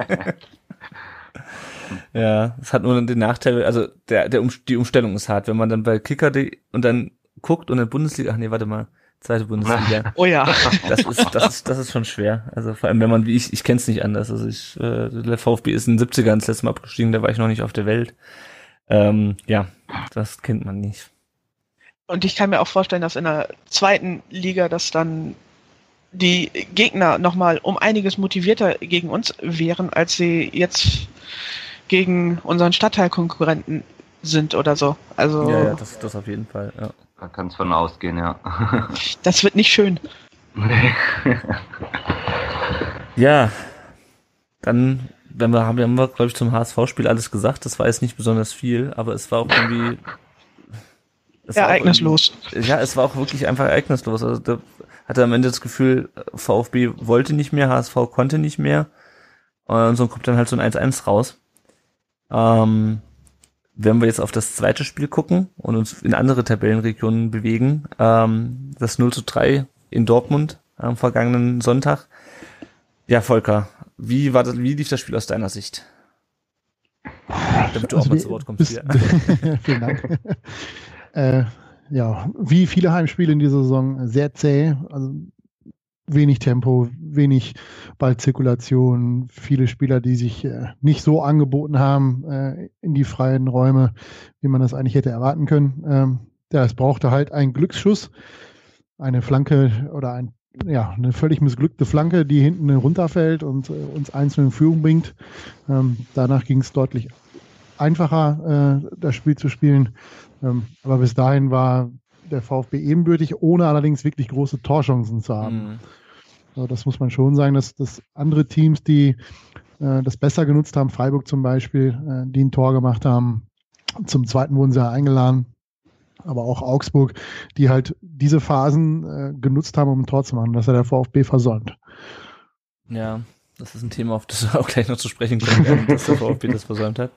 Ja, es hat nur den Nachteil, also der, der um, die Umstellung ist hart, wenn man dann bei Kicker die, und dann guckt und in der Bundesliga, ach nee, warte mal, zweite Bundesliga. Oh ja. Das ist, das ist, das ist schon schwer. Also vor allem, wenn man, wie ich, ich kenn's nicht anders. Also ich, äh, der VfB ist in den siebzigern das letzte Mal abgestiegen, da war ich noch nicht auf der Welt. Ähm, ja, das kennt man nicht. Und ich kann mir auch vorstellen, dass in der zweiten Liga, dass dann die Gegner nochmal um einiges motivierter gegen uns wären, als sie jetzt gegen unseren Stadtteilkonkurrenten sind oder so. Also ja, ja das, das auf jeden Fall, ja. Da kann es von ausgehen, ja. Das wird nicht schön. Ja, dann, wenn wir haben, wir haben wir, glaube ich, zum H S V-Spiel alles gesagt. Das war jetzt nicht besonders viel, aber es war auch irgendwie es ereignislos. War irgendwie, ja, es war auch wirklich einfach ereignislos. Also da hatte am Ende das Gefühl, VfB wollte nicht mehr, H S V konnte nicht mehr. Und so kommt dann halt so ein eins eins raus. Ähm, Wenn wir jetzt auf das zweite Spiel gucken und uns in andere Tabellenregionen bewegen, ähm, das null zu drei in Dortmund am vergangenen Sonntag. Ja, Volker, wie war das, wie lief das Spiel aus deiner Sicht? Damit du also auch mal zu Wort kommst. Bis, vielen Dank. äh, ja, wie viele Heimspiele in dieser Saison, sehr zäh, also wenig Tempo, wenig Ballzirkulation, viele Spieler, die sich äh, nicht so angeboten haben äh, in die freien Räume, wie man das eigentlich hätte erwarten können. Ähm, ja, es brauchte halt einen Glücksschuss, eine Flanke oder ein, ja, eine völlig missglückte Flanke, die hinten runterfällt und äh, uns einzeln in Führung bringt. Ähm, danach ging es deutlich einfacher, äh, das Spiel zu spielen. Ähm, aber bis dahin war der VfB ebenbürtig, ohne allerdings wirklich große Torchancen zu haben. Mhm. Also das muss man schon sagen, dass, dass andere Teams, die äh, das besser genutzt haben, Freiburg zum Beispiel, äh, die ein Tor gemacht haben, zum zweiten wurden sie ja eingeladen, aber auch Augsburg, die halt diese Phasen äh, genutzt haben, um ein Tor zu machen. Das hat der VfB versäumt. Ja, das ist ein Thema, auf das wir auch gleich noch zu sprechen kommen werden, dass der VfB das versäumt hat.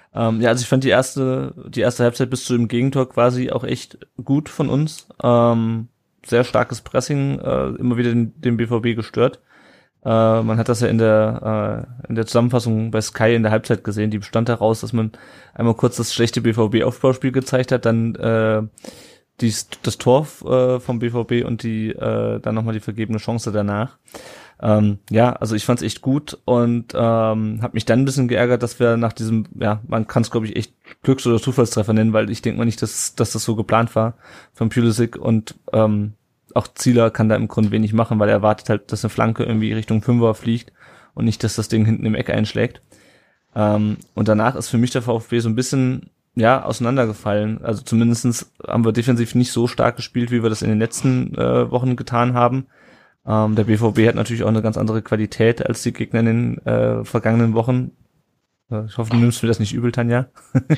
Ähm, ja, also ich fand die erste, die erste Halbzeit bis zu dem Gegentor quasi auch echt gut von uns. Ähm, sehr starkes Pressing, äh, immer wieder den, den B V B gestört. Äh, man hat das ja in der äh, in der Zusammenfassung bei Sky in der Halbzeit gesehen. Die bestand daraus, dass man einmal kurz das schlechte B V B-Aufbauspiel gezeigt hat, dann äh, dies, das Tor äh, vom B V B und die äh, dann nochmal die vergebene Chance danach. Ähm, ja, also ich fand's echt gut und ähm, habe mich dann ein bisschen geärgert, dass wir nach diesem, ja, man kann es glaube ich echt Glücks- oder Zufallstreffer nennen, weil ich denke mal nicht, dass, dass das so geplant war von Pulisic und ähm, auch Zieler kann da im Grunde wenig machen, weil er erwartet halt, dass eine Flanke irgendwie Richtung Fünfer fliegt und nicht, dass das Ding hinten im Eck einschlägt. Ähm, und danach ist für mich der VfB so ein bisschen, ja, auseinandergefallen. Also zumindestens haben wir defensiv nicht so stark gespielt, wie wir das in den letzten äh, Wochen getan haben. Ähm, der B V B hat natürlich auch eine ganz andere Qualität als die Gegner in den äh, vergangenen Wochen. Äh, ich hoffe, du nimmst mir das nicht übel, Tanja.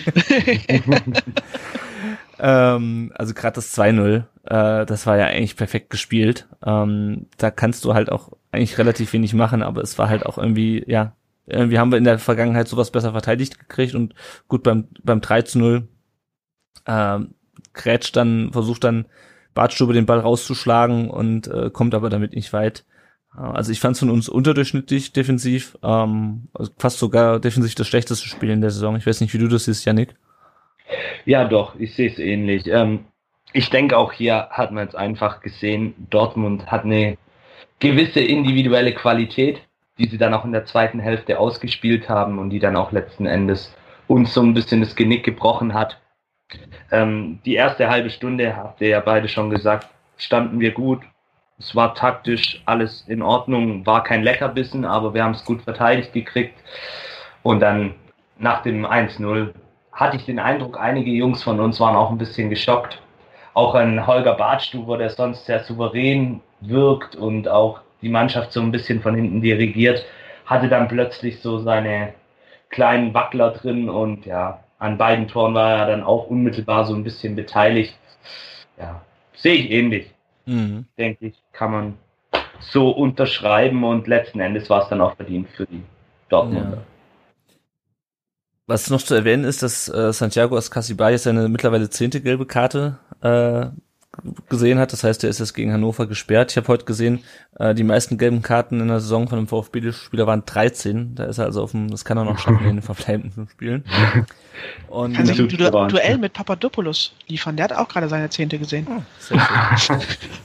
ähm, also gerade das zwei null, äh, das war ja eigentlich perfekt gespielt. Ähm, da kannst du halt auch eigentlich relativ wenig machen, aber es war halt auch irgendwie, ja, irgendwie haben wir in der Vergangenheit sowas besser verteidigt gekriegt und gut beim beim drei zu null ähm, grätscht dann, versucht dann Bartstube den Ball rauszuschlagen und äh, kommt aber damit nicht weit. Also ich fand es von uns unterdurchschnittlich defensiv, ähm, also fast sogar defensiv das schlechteste Spiel in der Saison. Ich weiß nicht, wie du das siehst, Yannick. Ja, doch, ich sehe es ähnlich. Ähm, ich denke, auch hier hat man es einfach gesehen, Dortmund hat eine gewisse individuelle Qualität, die sie dann auch in der zweiten Hälfte ausgespielt haben und die dann auch letzten Endes uns so ein bisschen das Genick gebrochen hat. Ähm, die erste halbe Stunde, habt ihr ja beide schon gesagt, standen wir gut. Es war taktisch alles in Ordnung, war kein Leckerbissen, aber wir haben es gut verteidigt gekriegt. Und dann nach dem eins null hatte ich den Eindruck, einige Jungs von uns waren auch ein bisschen geschockt. Auch ein Holger Badstuber, der sonst sehr souverän wirkt und auch die Mannschaft so ein bisschen von hinten dirigiert, hatte dann plötzlich so seine kleinen Wackler drin und ja, an beiden Toren war er dann auch unmittelbar so ein bisschen beteiligt. Ja, sehe ich ähnlich. Mhm. Denke ich, kann man so unterschreiben und letzten Endes war es dann auch verdient für die Dortmunder. Ja. Was noch zu erwähnen ist, dass äh, Santiago Ascacibay seine mittlerweile zehnte gelbe Karte äh, gesehen hat. Das heißt, er ist jetzt gegen Hannover gesperrt. Ich habe heute gesehen, äh, die meisten gelben Karten in der Saison von einem VfB-Spieler waren dreizehn. Da ist er also auf dem, das kann er noch schaffen in den verbleibenden fünf Spielen. Und kann sich ein du- Duell mit Papadopoulos liefern. Der hat auch gerade seine zehnte gesehen. Oh, sehr schön.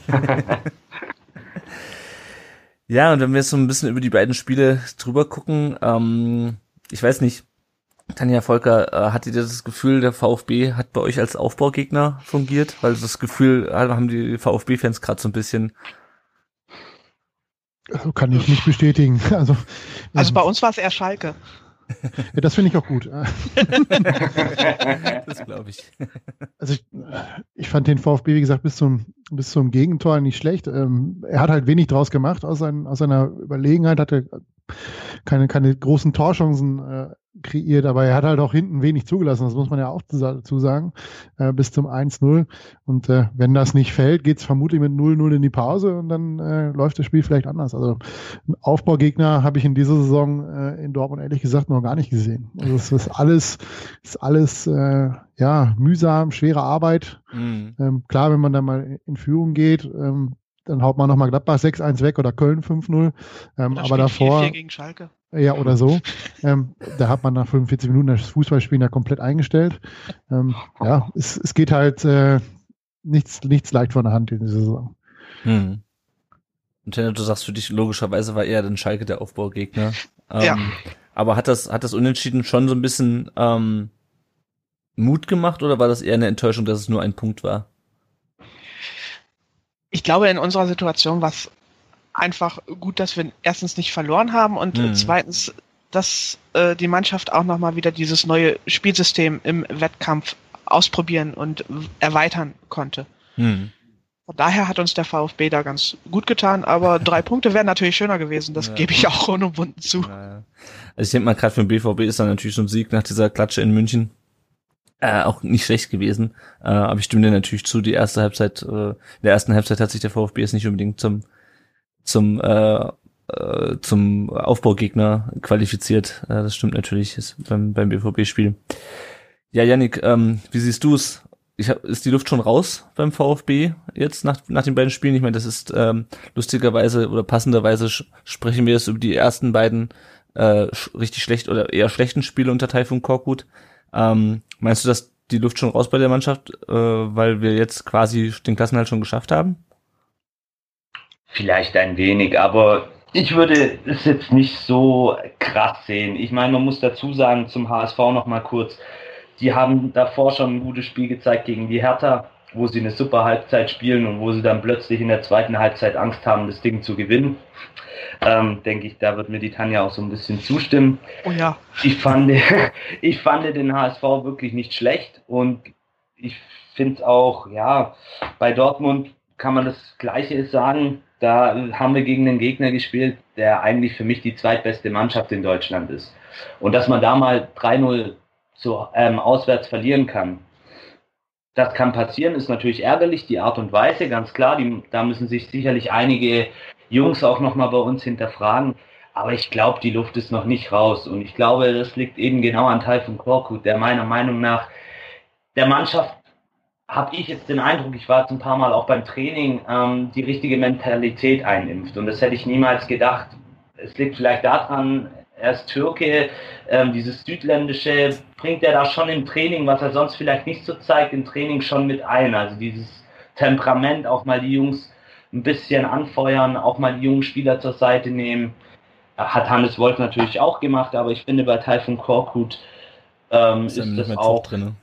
Ja, und wenn wir jetzt so ein bisschen über die beiden Spiele drüber gucken, ähm, ich weiß nicht, Tanja, Volker, äh, hattet ihr das Gefühl, der VfB hat bei euch als Aufbaugegner fungiert? Weil das Gefühl haben die VfB-Fans gerade so ein bisschen. Also kann ich nicht bestätigen. Also, also bei uns war es eher Schalke. Ja, das finde ich auch gut. Das glaube ich. Also ich, ich fand den VfB, wie gesagt, bis zum, bis zum Gegentor nicht schlecht. Ähm, er hat halt wenig draus gemacht aus, sein, aus seiner Überlegenheit, hatte keine, keine großen Torchancen äh, kreiert, aber er hat halt auch hinten wenig zugelassen, das muss man ja auch dazu sagen, äh, bis zum eins null. Und äh, wenn das nicht fällt, geht's vermutlich mit null null in die Pause und dann äh, läuft das Spiel vielleicht anders. Also einen Aufbaugegner habe ich in dieser Saison äh, in Dortmund ehrlich gesagt noch gar nicht gesehen. Also es ist alles, ist alles äh, ja mühsam, schwere Arbeit. Mhm. Ähm, klar, wenn man dann mal in Führung geht, ähm, dann haut man nochmal Gladbach sechs eins weg oder Köln fünf null. Ähm, aber davor. vier vier gegen Schalke. Ja, oder so. ähm, da hat man nach fünfundvierzig Minuten das Fußballspielen ja komplett eingestellt. Ähm, ja, es, es geht halt äh, nichts, nichts leicht von der Hand in dieser Saison. Hm. Und Tenno, du sagst, für dich logischerweise war eher dann Schalke der Aufbaugegner. Ähm, ja. Aber hat das, hat das Unentschieden schon so ein bisschen ähm, Mut gemacht oder war das eher eine Enttäuschung, dass es nur ein Punkt war? Ich glaube, in unserer Situation war es einfach gut, dass wir erstens nicht verloren haben und mhm. zweitens, dass äh, die Mannschaft auch nochmal wieder dieses neue Spielsystem im Wettkampf ausprobieren und erweitern konnte. Mhm. Von daher hat uns der VfB da ganz gut getan, aber drei Punkte wären natürlich schöner gewesen, das ja. gebe ich auch unumwunden zu. Ja. Also ich denke mal, gerade für den B V B ist dann natürlich so ein Sieg nach dieser Klatsche in München Äh, auch nicht schlecht gewesen, äh, aber ich stimme dir natürlich zu, die erste Halbzeit, äh, in der ersten Halbzeit hat sich der VfB jetzt nicht unbedingt zum zum äh, äh, zum Aufbaugegner qualifiziert. Äh, das stimmt natürlich, ist beim, beim B V B-Spiel. Ja, Yannick, ähm, wie siehst du es? Ich hab, ist die Luft schon raus beim VfB jetzt nach, nach den beiden Spielen? Ich meine, das ist ähm, lustigerweise oder passenderweise sch- sprechen wir jetzt über die ersten beiden äh, sch- richtig schlecht oder eher schlechten Spiele unter Taifun Korkut. Ähm, meinst du, dass die Luft schon raus bei der Mannschaft, äh, weil wir jetzt quasi den Klassenerhalt schon geschafft haben? Vielleicht ein wenig, aber ich würde es jetzt nicht so krass sehen. Ich meine, man muss dazu sagen, zum H S V noch mal kurz, die haben davor schon ein gutes Spiel gezeigt gegen die Hertha, wo sie eine super Halbzeit spielen und wo sie dann plötzlich in der zweiten Halbzeit Angst haben, das Ding zu gewinnen. Ähm, denke ich, da wird mir die Tanja auch so ein bisschen zustimmen. Oh ja. Ich fand, ich fand den H S V wirklich nicht schlecht und ich finde es auch, ja, bei Dortmund kann man das Gleiche sagen. Da haben wir gegen einen Gegner gespielt, der eigentlich für mich die zweitbeste Mannschaft in Deutschland ist. Und dass man da mal drei null so ähm, auswärts verlieren kann. Das kann passieren, ist natürlich ärgerlich, die Art und Weise, ganz klar, die, da müssen sich sicherlich einige Jungs auch nochmal bei uns hinterfragen, aber ich glaube, die Luft ist noch nicht raus und ich glaube, das liegt eben genau an Taifun Korkut, der meiner Meinung nach der Mannschaft, habe ich jetzt den Eindruck, ich war jetzt ein paar Mal auch beim Training, ähm, die richtige Mentalität einimpft und das hätte ich niemals gedacht. Es liegt vielleicht daran, er ist Türke, ähm, dieses Südländische bringt er da schon im Training, was er sonst vielleicht nicht so zeigt, im Training schon mit ein. Also dieses Temperament, auch mal die Jungs ein bisschen anfeuern, auch mal die jungen Spieler zur Seite nehmen. Hat Hannes Wolf natürlich auch gemacht, aber ich finde bei Taifun Korkut ähm, ist, ist das auch... Drin.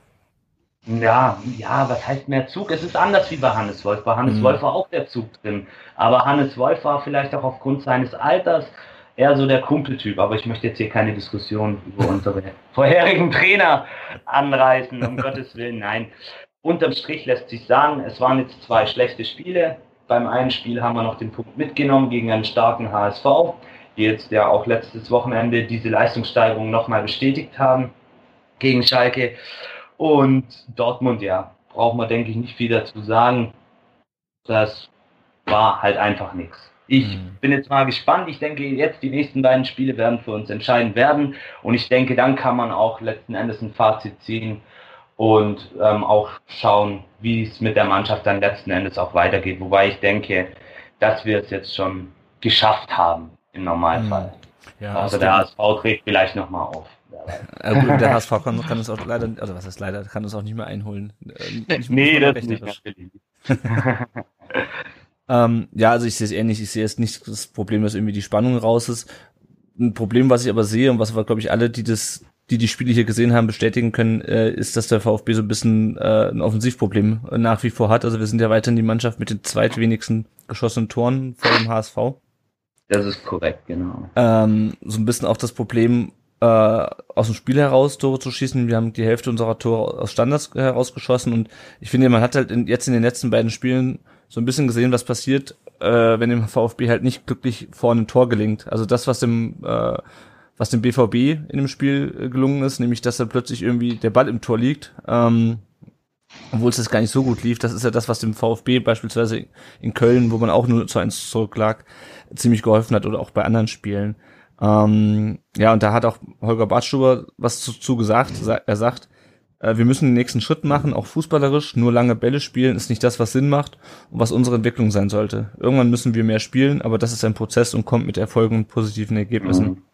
Ja, ja, was heißt mehr Zug? Es ist anders wie bei Hannes Wolf. Bei Hannes mhm. Wolf war auch der Zug drin. Aber Hannes Wolf war vielleicht auch aufgrund seines Alters eher so der Kumpeltyp, aber ich möchte jetzt hier keine Diskussion über unsere vorherigen Trainer anreißen, um Gottes Willen, nein. Unterm Strich lässt sich sagen, es waren jetzt zwei schlechte Spiele. Beim einen Spiel haben wir noch den Punkt mitgenommen gegen einen starken H S V, die jetzt ja auch letztes Wochenende diese Leistungssteigerung nochmal bestätigt haben gegen Schalke. Und Dortmund, ja, braucht man, denke ich, nicht viel dazu sagen. Das war halt einfach nichts. Ich bin jetzt mal gespannt. Ich denke, jetzt die nächsten beiden Spiele werden für uns entscheidend werden. Und ich denke, dann kann man auch letzten Endes ein Fazit ziehen und ähm, auch schauen, wie es mit der Mannschaft dann letzten Endes auch weitergeht. Wobei ich denke, dass wir es jetzt schon geschafft haben im Normalfall. Ja, also der H S V trägt vielleicht nochmal auf. Ja, gut, der H S V kann, kann uns auch leider, also was heißt leider, kann uns auch nicht mehr einholen. Äh, nicht, nee, das nicht. Ähm, ja, also ich sehe es ähnlich. Ich sehe jetzt nicht das Problem, dass irgendwie die Spannung raus ist. Ein Problem, was ich aber sehe und was wir, glaube ich, alle, die das, die die Spiele hier gesehen haben, bestätigen können, äh, ist, dass der VfB so ein bisschen äh, ein Offensivproblem nach wie vor hat. Also wir sind ja weiterhin die Mannschaft mit den zweitwenigsten geschossenen Toren vor dem H S V. Das ist korrekt, genau. Ähm, so ein bisschen auch das Problem, äh, aus dem Spiel heraus Tore zu schießen. Wir haben die Hälfte unserer Tore aus Standards herausgeschossen und ich finde, man hat halt in, jetzt in den letzten beiden Spielen so ein bisschen gesehen, was passiert, äh, wenn dem VfB halt nicht glücklich vor einem Tor gelingt. Also das, was dem äh, was dem B V B in dem Spiel äh, gelungen ist, nämlich, dass da plötzlich irgendwie der Ball im Tor liegt, ähm, obwohl es das gar nicht so gut lief. Das ist ja das, was dem VfB beispielsweise in Köln, wo man auch nur zu eins zurücklag, ziemlich geholfen hat oder auch bei anderen Spielen. Ähm, ja, und da hat auch Holger Badstuber was zu, zu gesagt. Er sagt, wir müssen den nächsten Schritt machen, auch fußballerisch. Nur lange Bälle spielen ist nicht das, was Sinn macht und was unsere Entwicklung sein sollte. Irgendwann müssen wir mehr spielen, aber das ist ein Prozess und kommt mit Erfolgen und positiven Ergebnissen. Mhm.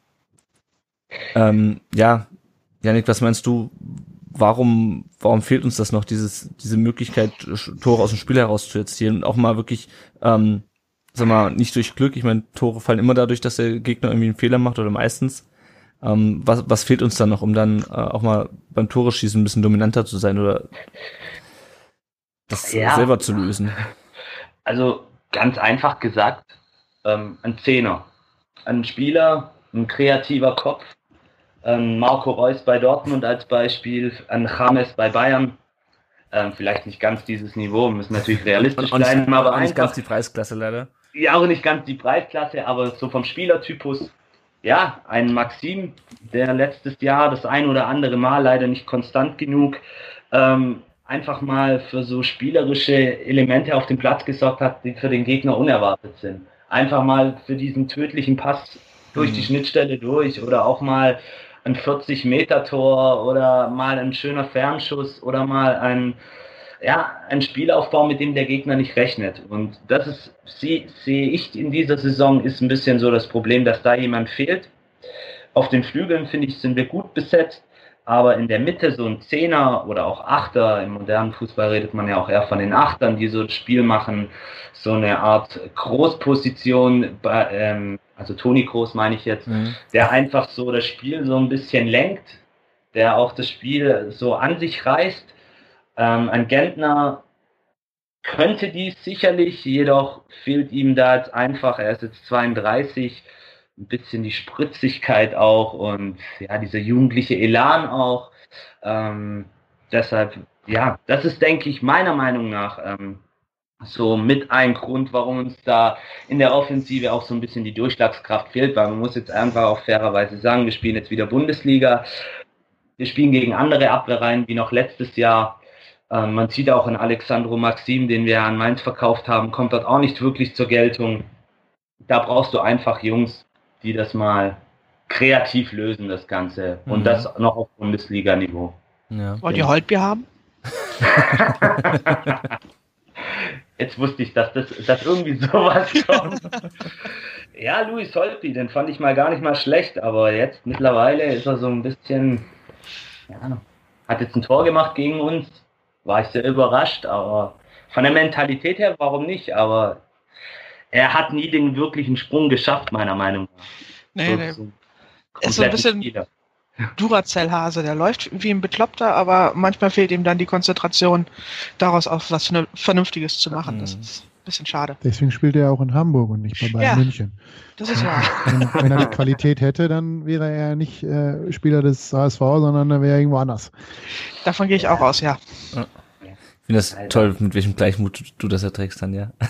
Ähm, ja, Yannick, was meinst du, warum warum fehlt uns das noch, dieses diese Möglichkeit, Tore aus dem Spiel heraus zu erzielen und auch mal wirklich, ähm, sag mal, nicht durch Glück, ich meine, Tore fallen immer dadurch, dass der Gegner irgendwie einen Fehler macht oder meistens. Ähm, was, was fehlt uns dann noch, um dann äh, auch mal beim Tore schießen ein bisschen dominanter zu sein oder das ja. selber zu lösen? Also ganz einfach gesagt, ähm, ein Zehner, ein Spieler, ein kreativer Kopf, ein Marco Reus bei Dortmund als Beispiel, ein James bei Bayern, ähm, vielleicht nicht ganz dieses Niveau, müssen natürlich realistisch und, bleiben, und aber auch nicht einfach, ganz die Preisklasse leider. Ja, auch nicht ganz die Preisklasse, aber so vom Spielertypus. Ja, ein Maxim, der letztes Jahr das ein oder andere Mal leider nicht konstant genug ähm, einfach mal für so spielerische Elemente auf dem Platz gesorgt hat, die für den Gegner unerwartet sind. einfach mal für diesen tödlichen Pass durch mhm. die Schnittstelle durch oder auch mal ein vierzig Meter Tor oder mal ein schöner Fernschuss oder mal ein, ja, ein Spielaufbau, mit dem der Gegner nicht rechnet. Und das ist, sehe ich in dieser Saison, ist ein bisschen so das Problem, dass da jemand fehlt. Auf den Flügeln, finde ich, sind wir gut besetzt. Aber in der Mitte so ein Zehner oder auch Achter, im modernen Fußball redet man ja auch eher von den Achtern, die so das Spiel machen, so eine Art Großposition, ähm, also Toni Kroos meine ich jetzt, mhm. der einfach so das Spiel so ein bisschen lenkt, der auch das Spiel so an sich reißt. Ähm, ein Gentner könnte dies sicherlich, jedoch fehlt ihm da jetzt einfach, er ist jetzt zweiunddreißig, ein bisschen die Spritzigkeit auch und ja, dieser jugendliche Elan auch. Ähm, deshalb, ja, das ist, denke ich, meiner Meinung nach ähm, so mit ein Grund, warum uns da in der Offensive auch so ein bisschen die Durchschlagskraft fehlt, weil man muss jetzt einfach auch fairerweise sagen, wir spielen jetzt wieder Bundesliga, wir spielen gegen andere Abwehrreihen wie noch letztes Jahr. Ähm, man sieht auch in Alexandro Maxim, den wir an Mainz verkauft haben, kommt dort auch nicht wirklich zur Geltung. Da brauchst du einfach Jungs, die das mal kreativ lösen, das Ganze. Und mhm. das noch auf Bundesliga-Niveau. Ja. Wollt ihr Holtbier haben? Jetzt wusste ich, dass das dass irgendwie sowas kommt. Ja, Luis Holtby, den fand ich mal gar nicht mal schlecht, aber jetzt mittlerweile ist er so ein bisschen, ja, hat jetzt ein Tor gemacht gegen uns, war ich sehr überrascht, aber von der Mentalität her, warum nicht, aber er hat nie den wirklichen Sprung geschafft, meiner Meinung nach. Nee, nee. So ist so ein bisschen Spieler. Duracell-Hase, der läuft wie ein Bekloppter, aber manchmal fehlt ihm dann die Konzentration, daraus auch was Vernünftiges zu machen. Mhm. Das ist ein bisschen schade. Deswegen spielt er auch in Hamburg und nicht bei Bayern ja, München. Das ist wahr. Wenn, wenn er die Qualität hätte, dann wäre er nicht äh, Spieler des H S V, sondern dann wäre er irgendwo anders. Davon gehe ich auch aus, ja. ja. Ich finde das Alter. Toll, mit welchem Gleichmut du das erträgst dann, ja.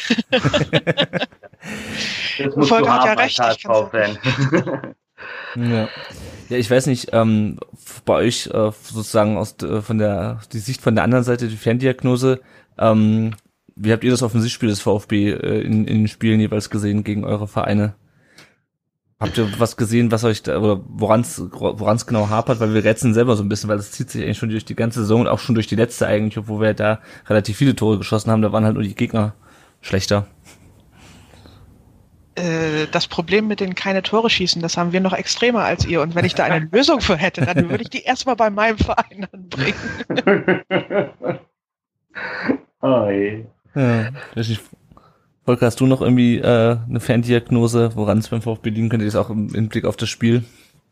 Das musst Volker du hat ja recht. Ich ja. ja, ich weiß nicht, ähm, bei euch äh, sozusagen aus äh, von der die Sicht von der anderen Seite, die Ferndiagnose, ähm, wie habt ihr das Offensivspiel des VfB äh, in, in den Spielen jeweils gesehen gegen eure Vereine? Habt ihr was gesehen, was euch da, oder woran es genau hapert? Weil wir rätseln selber so ein bisschen, weil das zieht sich eigentlich schon durch die ganze Saison und auch schon durch die letzte eigentlich, obwohl wir da relativ viele Tore geschossen haben, da waren halt nur die Gegner schlechter. Äh, das Problem mit den keine Tore schießen, das haben wir noch extremer als ihr. Und wenn ich da eine Lösung für hätte, dann würde ich die erstmal bei meinem Verein anbringen. Oh je. Ja, weiß nicht. Volker, hast du noch irgendwie äh, eine Ferndiagnose, woran es beim VfB liegen könnte, jetzt auch im, im Blick auf das Spiel?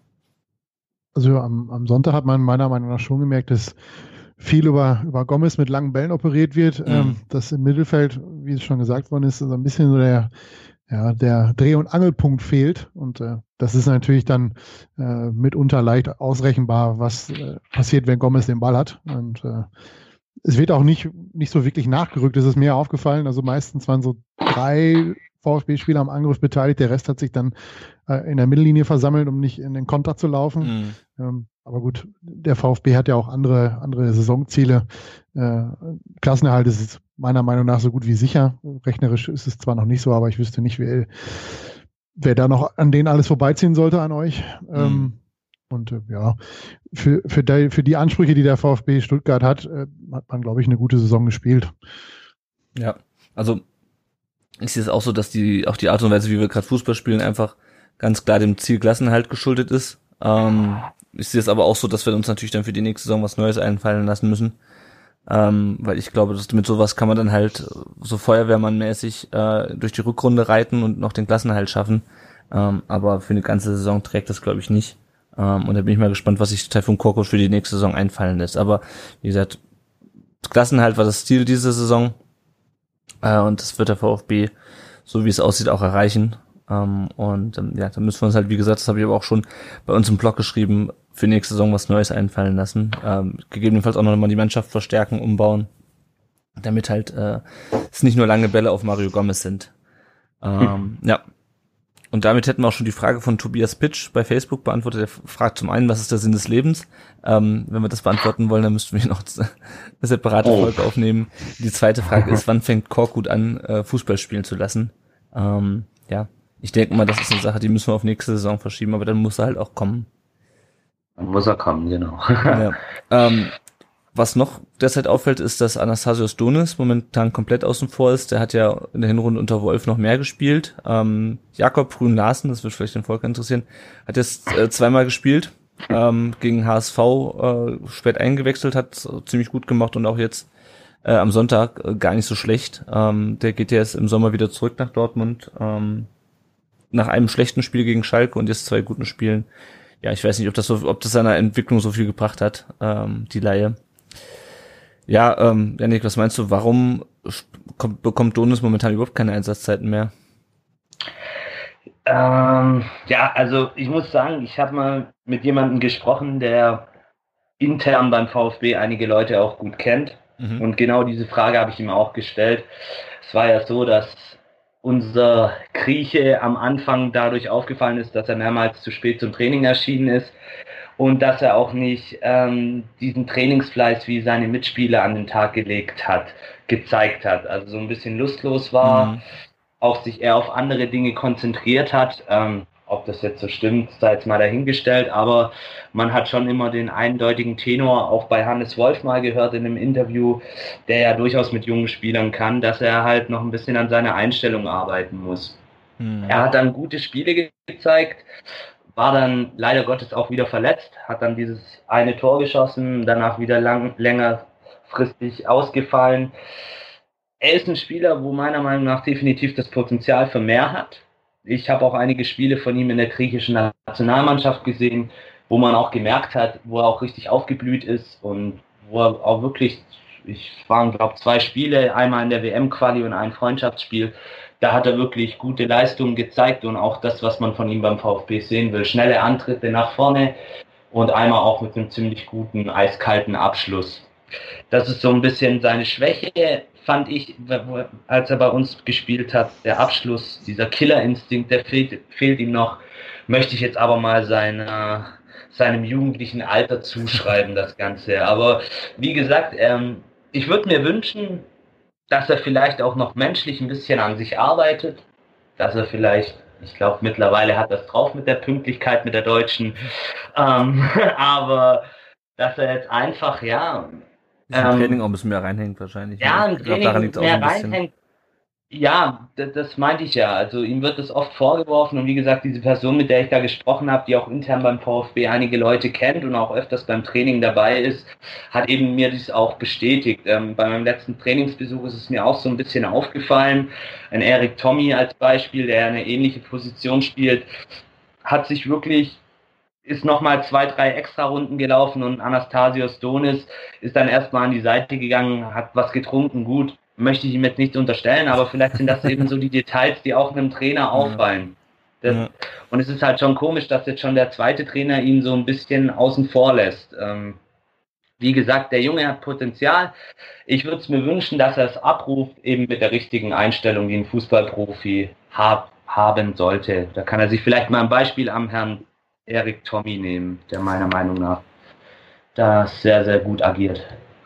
Also am, am Sonntag hat man meiner Meinung nach schon gemerkt, dass viel über, über Gomez mit langen Bällen operiert wird, mhm. ähm, dass im Mittelfeld, wie es schon gesagt worden ist, so ein bisschen so der, ja, der Dreh- und Angelpunkt fehlt und äh, das ist natürlich dann äh, mitunter leicht ausrechenbar, was äh, passiert, wenn Gomez den Ball hat und äh, es wird auch nicht, nicht so wirklich nachgerückt, es ist mir aufgefallen, also meistens waren so drei VfB-Spieler am Angriff beteiligt, der Rest hat sich dann äh, in der Mittellinie versammelt, um nicht in den Konter zu laufen. Mhm. Ähm, aber gut, der VfB hat ja auch andere, andere Saisonziele. Äh, Klassenerhalt ist meiner Meinung nach so gut wie sicher. Rechnerisch ist es zwar noch nicht so, aber ich wüsste nicht, wer, wer da noch an denen alles vorbeiziehen sollte an euch. Mhm. Ähm, Und äh, ja, für, für, die, für die Ansprüche, die der VfB Stuttgart hat, äh, hat man, glaube ich, eine gute Saison gespielt. Ja, also ich sehe es auch so, dass die auch die Art und Weise, wie wir gerade Fußball spielen, einfach ganz klar dem Ziel Klassenerhalt geschuldet ist. Ähm, ich sehe es aber auch so, dass wir uns natürlich dann für die nächste Saison was Neues einfallen lassen müssen. Ähm, weil ich glaube, dass mit sowas kann man dann halt so Feuerwehrmannmäßig äh, durch die Rückrunde reiten und noch den Klassenerhalt schaffen. Ähm, aber für eine ganze Saison trägt das, glaube ich, nicht. Um, und da bin ich mal gespannt, was sich Taifun Korkut für die nächste Saison einfallen lässt. Aber wie gesagt, Klassenerhalt war das Ziel dieser Saison äh, und das wird der VfB, so wie es aussieht, auch erreichen. Um, und ähm, ja, da müssen wir uns halt, wie gesagt, das habe ich aber auch schon bei uns im Blog geschrieben, für die nächste Saison was Neues einfallen lassen. Ähm, gegebenenfalls auch noch mal die Mannschaft verstärken, umbauen, damit halt äh, es nicht nur lange Bälle auf Mario Gomez sind. Ähm, hm. Ja. Und damit hätten wir auch schon die Frage von Tobias Pitsch bei Facebook beantwortet. Er fragt zum einen, was ist der Sinn des Lebens? Ähm, wenn wir das beantworten wollen, dann müssten wir noch eine separate Folge aufnehmen. Die zweite Frage ist, wann fängt Korkut an, Fußball spielen zu lassen? Ähm, ja, ich denke mal, das ist eine Sache, die müssen wir auf nächste Saison verschieben, aber dann muss er halt auch kommen. Dann muss er kommen, genau. Ja. Ähm, was noch derzeit auffällt, ist, dass Anastasios Donis momentan komplett außen vor ist. Der hat ja in der Hinrunde unter Wolf noch mehr gespielt. Ähm, Jakob Brun-Larsen, das wird vielleicht den Volker interessieren, hat jetzt äh, zweimal gespielt, ähm, gegen H S V äh, spät eingewechselt, hat äh, ziemlich gut gemacht und auch jetzt äh, am Sonntag äh, gar nicht so schlecht. Ähm, der geht ja jetzt im Sommer wieder zurück nach Dortmund, ähm, nach einem schlechten Spiel gegen Schalke und jetzt zwei guten Spielen. Ja, ich weiß nicht, ob das so, ob das seiner Entwicklung so viel gebracht hat, ähm, die Leihe. Ja, ähm, Janik, was meinst du, warum kommt, bekommt Donis momentan überhaupt keine Einsatzzeiten mehr? Ähm, ja, also ich muss sagen, ich habe mal mit jemandem gesprochen, der intern beim VfB einige Leute auch gut kennt. Mhm. Und genau diese Frage habe ich ihm auch gestellt. Es war ja so, dass unser Grieche am Anfang dadurch aufgefallen ist, dass er mehrmals zu spät zum Training erschienen ist. Und dass er auch nicht ähm, diesen Trainingsfleiß, wie seine Mitspieler an den Tag gelegt hat, gezeigt hat. Also so ein bisschen lustlos war, mhm. auch sich eher auf andere Dinge konzentriert hat. Ähm, ob das jetzt so stimmt, sei jetzt mal dahingestellt. Aber man hat schon immer den eindeutigen Tenor auch bei Hannes Wolf mal gehört in einem Interview, der ja durchaus mit jungen Spielern kann, dass er halt noch ein bisschen an seiner Einstellung arbeiten muss. Mhm. Er hat dann gute Spiele ge- gezeigt, war dann leider Gottes auch wieder verletzt, hat dann dieses eine Tor geschossen, danach wieder lang, längerfristig ausgefallen. Er ist ein Spieler, wo meiner Meinung nach definitiv das Potenzial für mehr hat. Ich habe auch einige Spiele von ihm in der griechischen Nationalmannschaft gesehen, wo man auch gemerkt hat, wo er auch richtig aufgeblüht ist und wo er auch wirklich, ich waren glaube zwei Spiele, einmal in der W M-Quali und ein Freundschaftsspiel, da hat er wirklich gute Leistungen gezeigt und auch das, was man von ihm beim VfB sehen will. Schnelle Antritte nach vorne und einmal auch mit einem ziemlich guten, eiskalten Abschluss. Das ist so ein bisschen seine Schwäche, fand ich, als er bei uns gespielt hat. Der Abschluss, dieser Killerinstinkt, der fehlt, fehlt ihm noch. Möchte ich jetzt aber mal seiner, seinem jugendlichen Alter zuschreiben, das Ganze. Aber wie gesagt, ähm, ich würde mir wünschen, dass er vielleicht auch noch menschlich ein bisschen an sich arbeitet, dass er vielleicht, ich glaube mittlerweile hat er es drauf mit der Pünktlichkeit, mit der Deutschen, ähm, aber dass er jetzt einfach, ja... Im ähm, Training auch ein bisschen mehr reinhängt wahrscheinlich. Ja, im Training glaub, liegt's mehr auch ein reinhängt. Ja, das, das meinte ich ja. Also ihm wird das oft vorgeworfen und wie gesagt, diese Person, mit der ich da gesprochen habe, die auch intern beim VfB einige Leute kennt und auch öfters beim Training dabei ist, hat eben mir dies auch bestätigt. Ähm, bei meinem letzten Trainingsbesuch ist es mir auch so ein bisschen aufgefallen. Ein Erik Tommy als Beispiel, der eine ähnliche Position spielt, hat sich wirklich, ist nochmal zwei, drei Extra-Runden gelaufen und Anastasios Donis ist dann erstmal an die Seite gegangen, hat was getrunken, gut. Möchte ich ihm jetzt nicht unterstellen, aber vielleicht sind das eben so die Details, die auch einem Trainer auffallen. Das, ja. Und es ist halt schon komisch, dass jetzt schon der zweite Trainer ihn so ein bisschen außen vor lässt. Ähm, wie gesagt, der Junge hat Potenzial. Ich würde es mir wünschen, dass er es abruft, eben mit der richtigen Einstellung, die ein Fußballprofi hab, haben sollte. Da kann er sich vielleicht mal ein Beispiel am Herrn Erik Tommy nehmen, der meiner Meinung nach da sehr, sehr gut agiert.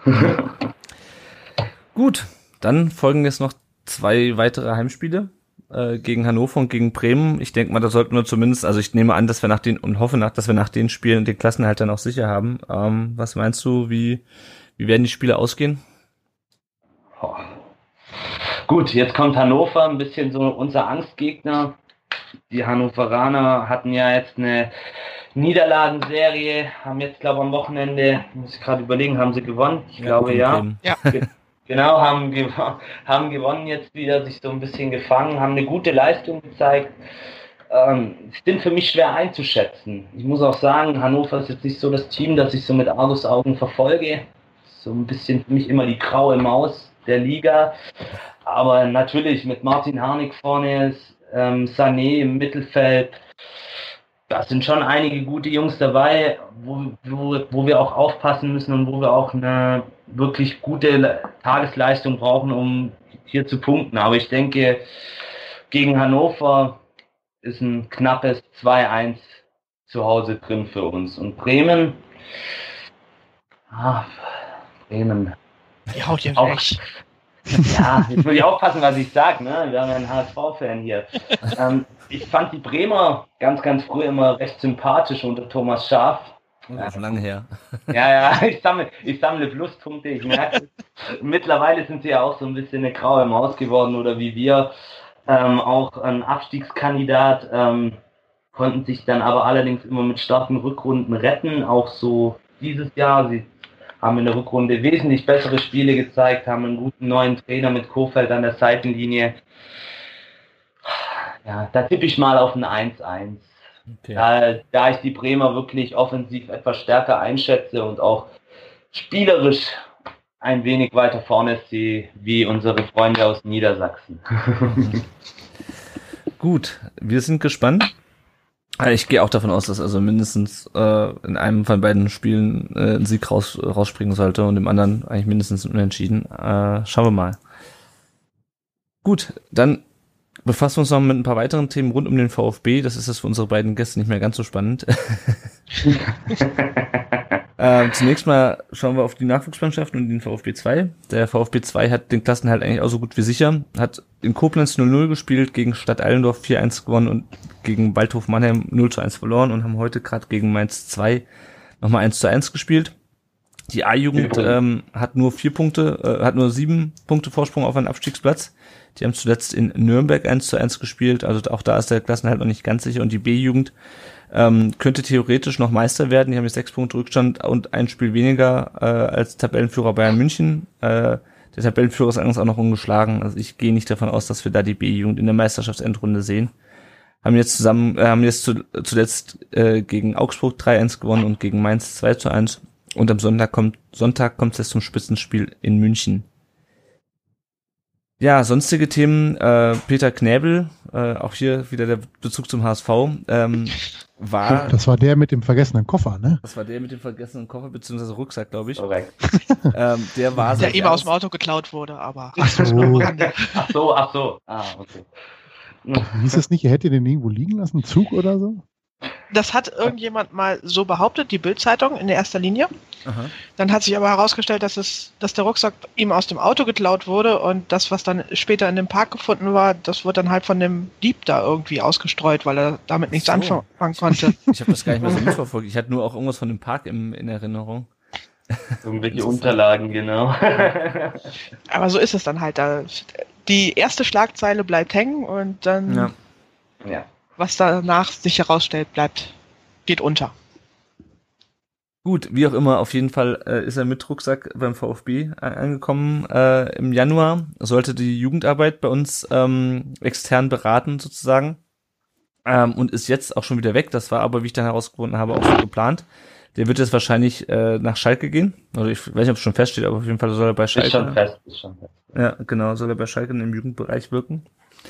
Gut. Dann folgen jetzt noch zwei weitere Heimspiele äh, gegen Hannover und gegen Bremen. Ich denke mal, da sollten wir zumindest, also ich nehme an, dass wir nach den und hoffe nach, dass wir nach den Spielen den Klassenerhalt dann auch sicher haben. Ähm, was meinst du, wie wie werden die Spiele ausgehen? Oh. Gut, jetzt kommt Hannover, ein bisschen so unser Angstgegner. Die Hannoveraner hatten ja jetzt eine Niederlagenserie, haben jetzt glaube ich am Wochenende, muss ich gerade überlegen, haben sie gewonnen? Ich ja, glaube ja. Ja. Genau, haben, gew- haben gewonnen jetzt wieder, sich so ein bisschen gefangen, haben eine gute Leistung gezeigt. Ähm, sind für mich schwer einzuschätzen. Ich muss auch sagen, Hannover ist jetzt nicht so das Team, das ich so mit Argusaugen verfolge. So ein bisschen für mich immer die graue Maus der Liga. Aber natürlich mit Martin Harnik vorne, ähm, Sané im Mittelfeld, da sind schon einige gute Jungs dabei, wo, wo, wo wir auch aufpassen müssen und wo wir auch eine wirklich gute Tagesleistung brauchen, um hier zu punkten. Aber ich denke, gegen Hannover ist ein knappes zwei eins zu Hause drin für uns. Und Bremen, ah, Bremen. Die haut ihr auch, weg. Ja, jetzt muss ich aufpassen, was ich sage, ne? Wir haben ja einen H S V-Fan hier. ähm, ich fand die Bremer ganz, ganz früh immer recht sympathisch unter Thomas Schaaf. Ja, schon lange her. Ja, ja, ich sammle, ich sammle Pluspunkte, ich merke es. Mittlerweile sind sie ja auch so ein bisschen eine graue Maus geworden oder wie wir. Ähm, auch ein Abstiegskandidat, ähm, konnten sich dann aber allerdings immer mit starken Rückrunden retten, auch so dieses Jahr. Sie haben in der Rückrunde wesentlich bessere Spiele gezeigt, haben einen guten neuen Trainer mit Kohfeldt an der Seitenlinie. Ja, da tippe ich mal auf ein eins eins. Okay. Da, da ich die Bremer wirklich offensiv etwas stärker einschätze und auch spielerisch ein wenig weiter vorne sehe, wie unsere Freunde aus Niedersachsen. Gut, wir sind gespannt. Ich gehe auch davon aus, dass also mindestens äh, in einem von beiden Spielen äh, ein Sieg raus, rausspringen sollte und im anderen eigentlich mindestens unentschieden. Äh, schauen wir mal. Gut, dann befassen wir uns noch mit ein paar weiteren Themen rund um den VfB. Das ist jetzt für unsere beiden Gäste nicht mehr ganz so spannend. äh, zunächst mal schauen wir auf die Nachwuchsmannschaften und den VfB zwei. Der VfB zwei hat den Klassenhalt eigentlich auch so gut wie sicher. Hat in Koblenz null null gespielt, gegen Stadt Allendorf vier eins gewonnen und gegen Waldhof Mannheim null zu eins verloren und haben heute gerade gegen Mainz zwei nochmal eins zu eins gespielt. Die A-Jugend ähm, hat nur vier Punkte, äh, hat nur sieben Punkte Vorsprung auf einen Abstiegsplatz. Die haben zuletzt in Nürnberg eins zu eins gespielt, also auch da ist der Klassenhalt noch nicht ganz sicher. Und die B-Jugend ähm, könnte theoretisch noch Meister werden. Die haben jetzt sechs Punkte Rückstand und ein Spiel weniger äh, als Tabellenführer Bayern München. Äh, der Tabellenführer ist allerdings auch noch ungeschlagen. Also ich gehe nicht davon aus, dass wir da die B-Jugend in der Meisterschaftsendrunde sehen. Haben jetzt zusammen, äh, haben jetzt zu, zuletzt äh, gegen Augsburg drei eins gewonnen und gegen Mainz zwei zu eins. Und am Sonntag kommt Sonntag kommt es jetzt zum Spitzenspiel in München. Ja, sonstige Themen, äh, Peter Knäbel, äh, auch hier wieder der Bezug zum H S V, ähm, war... Das war der mit dem vergessenen Koffer, ne? Das war der mit dem vergessenen Koffer, beziehungsweise Rucksack, glaube ich. Korrekt. ähm, der war der eben aus dem Auto geklaut wurde, aber... Ach so, ach so. Ach so. Ah, okay. Hieß es nicht, er hätte den irgendwo liegen lassen, einen Zug oder so? Das hat irgendjemand mal so behauptet, die Bild-Zeitung in erster Linie. Aha. Dann hat sich aber herausgestellt, dass es, dass der Rucksack ihm aus dem Auto geklaut wurde und das, was dann später in dem Park gefunden war, das wurde dann halt von dem Dieb da irgendwie ausgestreut, weil er damit nichts so. anfangen konnte. Ich habe das gar nicht mehr so mitverfolgt. Ich hatte nur auch irgendwas von dem Park im, in Erinnerung. Irgendwelche Unterlagen, genau. Aber so ist es dann halt. Da, die erste Schlagzeile bleibt hängen und dann... Ja. Ja. Was danach sich herausstellt, bleibt, geht unter. Gut, wie auch immer, auf jeden Fall äh, ist er mit Rucksack beim VfB äh, angekommen äh, im Januar. Sollte die Jugendarbeit bei uns ähm, extern beraten sozusagen ähm, und ist jetzt auch schon wieder weg. Das war aber, wie ich dann herausgefunden habe, auch so geplant. Der wird jetzt wahrscheinlich äh, nach Schalke gehen. Also ich weiß nicht, ob es schon feststeht, aber auf jeden Fall soll er bei Schalke. Ist schon fest, ist schon fest. Ja, genau, soll er bei Schalke im Jugendbereich wirken.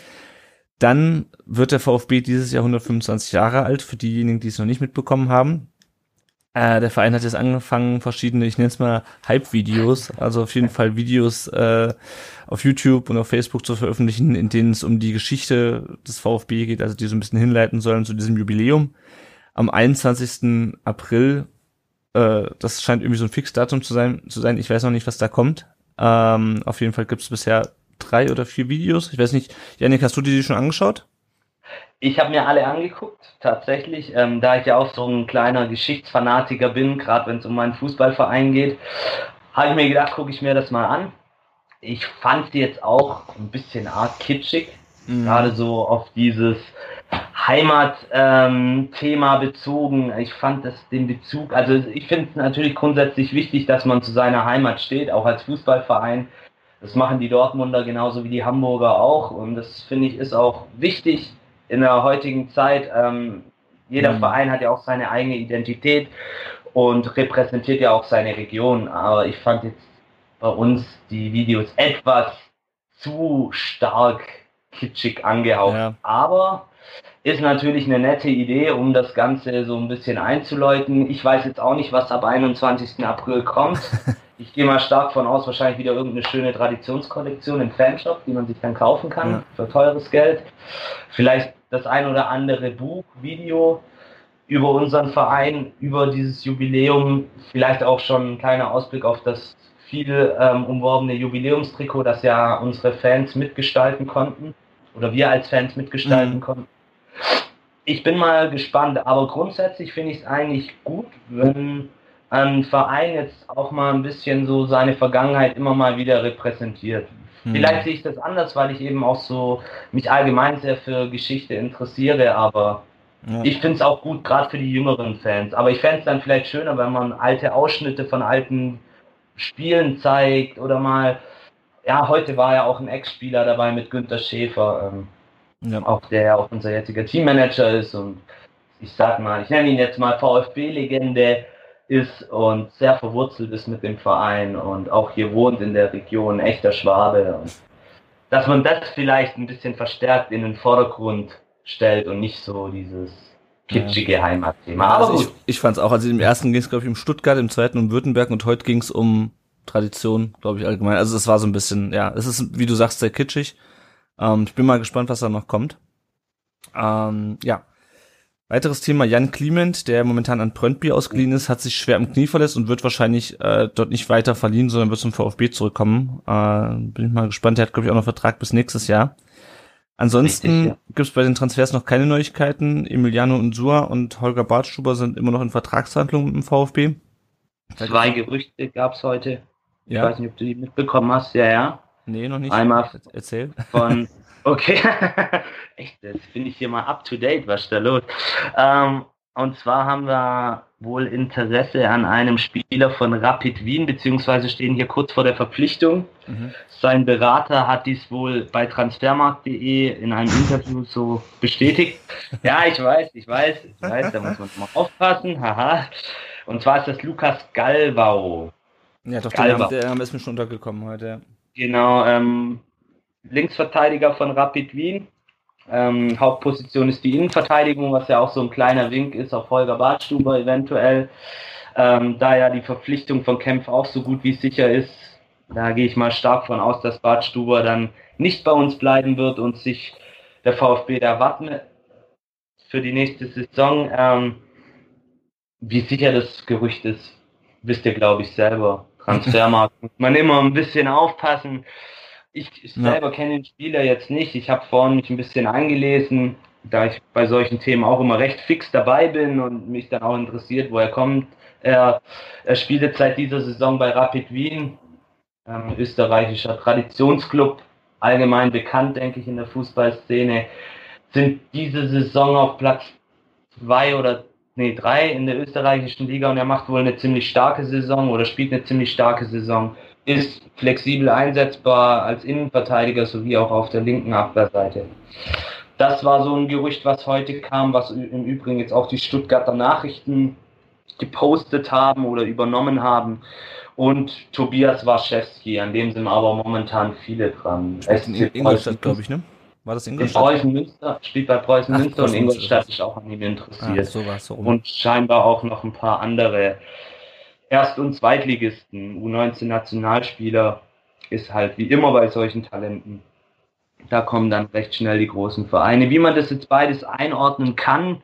Dann wird der VfB dieses Jahr hundertfünfundzwanzig Jahre alt, für diejenigen, die es noch nicht mitbekommen haben. Äh, der Verein hat jetzt angefangen, verschiedene, ich nenne es mal Hype-Videos, also auf jeden Fall Videos äh, auf YouTube und auf Facebook zu veröffentlichen, in denen es um die Geschichte des VfB geht, also die so ein bisschen hinleiten sollen zu diesem Jubiläum. Am einundzwanzigsten April, äh, das scheint irgendwie so ein Fixdatum zu sein, zu sein. Ich weiß noch nicht, was da kommt. Ähm, auf jeden Fall gibt es bisher drei oder vier Videos. Ich weiß nicht, Jannik, hast du die schon angeschaut? Ich habe mir alle angeguckt, tatsächlich, ähm, da ich ja auch so ein kleiner Geschichtsfanatiker bin, gerade wenn es um meinen Fußballverein geht, habe ich mir gedacht, gucke ich mir das mal an. Ich fand sie jetzt auch ein bisschen arg kitschig, mhm. gerade so auf dieses Heimat-Thema ähm, bezogen. Ich fand das den Bezug, also ich finde es natürlich grundsätzlich wichtig, dass man zu seiner Heimat steht, auch als Fußballverein. Das machen die Dortmunder genauso wie die Hamburger auch und das finde ich ist auch wichtig in der heutigen Zeit. Ähm, jeder mhm. Verein hat ja auch seine eigene Identität und repräsentiert ja auch seine Region, aber ich fand jetzt bei uns die Videos etwas zu stark kitschig angehaucht, ja. Aber ist natürlich eine nette Idee, um das Ganze so ein bisschen einzuläuten. Ich weiß jetzt auch nicht, was ab einundzwanzigsten April kommt. Ich gehe mal stark von aus, wahrscheinlich wieder irgendeine schöne Traditionskollektion im Fanshop, die man sich dann kaufen kann, ja. für teures Geld. Vielleicht das ein oder andere Buch, Video über unseren Verein, über dieses Jubiläum. Vielleicht auch schon ein kleiner Ausblick auf das viel ähm, umworbene Jubiläumstrikot, das ja unsere Fans mitgestalten konnten oder wir als Fans mitgestalten mhm. konnten. Ich bin mal gespannt, aber grundsätzlich finde ich es eigentlich gut, wenn ein Verein jetzt auch mal ein bisschen so seine Vergangenheit immer mal wieder repräsentiert. Mhm. Vielleicht sehe ich das anders, weil ich eben auch so mich allgemein sehr für Geschichte interessiere, aber ja. ich finde es auch gut, gerade für die jüngeren Fans. Aber ich fände es dann vielleicht schöner, wenn man alte Ausschnitte von alten Spielen zeigt oder mal, ja, heute war ja auch ein Ex-Spieler dabei mit Günter Schäfer, ähm, ja. auch der ja auch unser jetziger Teammanager ist und ich sag mal, ich nenne ihn jetzt mal VfB-Legende ist und sehr verwurzelt ist mit dem Verein und auch hier wohnt in der Region, echter Schwabe und dass man das vielleicht ein bisschen verstärkt in den Vordergrund stellt und nicht so dieses kitschige ja. Heimatthema. Aber also gut. Ich, ich fand es auch, also im ersten ging es glaube ich um Stuttgart, im zweiten um Württemberg und heute ging es um Tradition, glaube ich allgemein. Also es war so ein bisschen, ja, es ist, wie du sagst, sehr kitschig. Ähm, ich bin mal gespannt, was da noch kommt. Ähm, ja. Weiteres Thema, Jan Kliment, der momentan an Brøndby ausgeliehen ist, hat sich schwer im Knie verletzt und wird wahrscheinlich äh, dort nicht weiter verliehen, sondern wird zum VfB zurückkommen. Äh, bin ich mal gespannt, der hat glaube ich auch noch Vertrag bis nächstes Jahr. Ansonsten Richtig, ja. gibt es bei den Transfers noch keine Neuigkeiten. Emiliano Insua und Holger Badstuber sind immer noch in Vertragsverhandlungen mit dem VfB. Zwei Gerüchte gab's heute. Ich ja. weiß nicht, ob du die mitbekommen hast. Ja, ja. Nee, noch nicht. Einmal Erzähl. Von, okay. Echt, jetzt bin ich hier mal up to date, was ist da los? Ähm, und zwar haben wir wohl Interesse an einem Spieler von Rapid Wien, beziehungsweise stehen hier kurz vor der Verpflichtung. Mhm. Sein Berater hat dies wohl bei transfermarkt punkt de in einem Interview so bestätigt. Ja, ich weiß, ich weiß, ich weiß, da muss man mal aufpassen, haha. Und zwar ist das Lukas Galvao. Ja, doch, der Name, der Name ist mir schon untergekommen heute. Genau, ähm, Linksverteidiger von Rapid Wien. Ähm, Hauptposition ist die Innenverteidigung, was ja auch so ein kleiner Wink ist auf Holger Badstuber eventuell. Ähm, da ja die Verpflichtung von Kempf auch so gut wie sicher ist, da gehe ich mal stark von aus, dass Badstuber dann nicht bei uns bleiben wird und sich der VfB da wappnet für die nächste Saison. Ähm, wie sicher das Gerücht ist, wisst ihr, glaube ich, selber. Transfermarkt muss man immer ein bisschen aufpassen. Ich, ich ja. selber kenne den Spieler jetzt nicht. Ich habe vorhin mich ein bisschen eingelesen, da ich bei solchen Themen auch immer recht fix dabei bin und mich dann auch interessiert, wo er kommt. Er, er spielt jetzt seit dieser Saison bei Rapid Wien, ähm, österreichischer Traditionsclub, allgemein bekannt, denke ich, in der Fußballszene. Sind diese Saison auf Platz zwei oder nee, drei in der österreichischen Liga und er macht wohl eine ziemlich starke Saison oder spielt eine ziemlich starke Saison. Ist flexibel einsetzbar als Innenverteidiger sowie auch auf der linken Abwehrseite. Das war so ein Gerücht, was heute kam, was im Übrigen jetzt auch die Stuttgarter Nachrichten gepostet haben oder übernommen haben. Und Tobias Warszewski, an dem sind aber momentan viele dran. In Ingolstadt, glaube ich, ne? War das Ingolstadt? Preußen Münster, spielt bei Preußen Ach, Münster und Ingolstadt ist auch an ihm interessiert. Ah, so war's, so rum. Und scheinbar auch noch ein paar andere Erst- und Zweitligisten, U neunzehn Nationalspieler, ist halt wie immer bei solchen Talenten. Da kommen dann recht schnell die großen Vereine. Wie man das jetzt beides einordnen kann,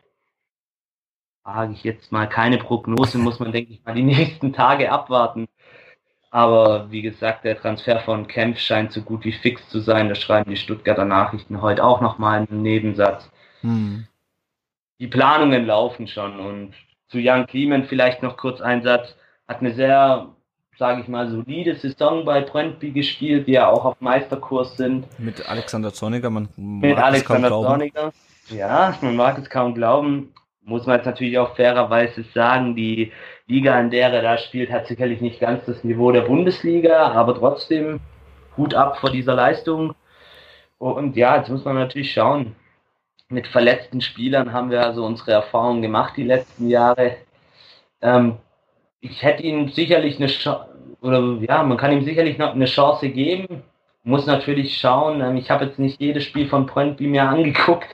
wage ich jetzt mal keine Prognose, muss man, denke ich, mal die nächsten Tage abwarten. Aber wie gesagt, der Transfer von Kempf scheint so gut wie fix zu sein. Das schreiben die Stuttgarter Nachrichten heute auch nochmal einen Nebensatz. Hm. Die Planungen laufen schon. Und zu Jan Kliment vielleicht noch kurz ein Satz. Hat eine sehr, sage ich mal, solide Saison bei Brøndby gespielt, die ja auch auf Meisterkurs sind. Mit Alexander Zorniger, man mag Mit Alexander es kaum Zorniger. Ja, man mag es kaum glauben. Muss man jetzt natürlich auch fairerweise sagen, die Liga, in der er da spielt, hat sicherlich nicht ganz das Niveau der Bundesliga, aber trotzdem Hut ab vor dieser Leistung. Und ja, jetzt muss man natürlich schauen. Mit verletzten Spielern haben wir also unsere Erfahrungen gemacht die letzten Jahre. Ähm, ich hätte ihm sicherlich eine Chance, oder ja, man kann ihm sicherlich noch eine Chance geben. Muss natürlich schauen. Ähm, ich habe jetzt nicht jedes Spiel von Brøndby mir angeguckt.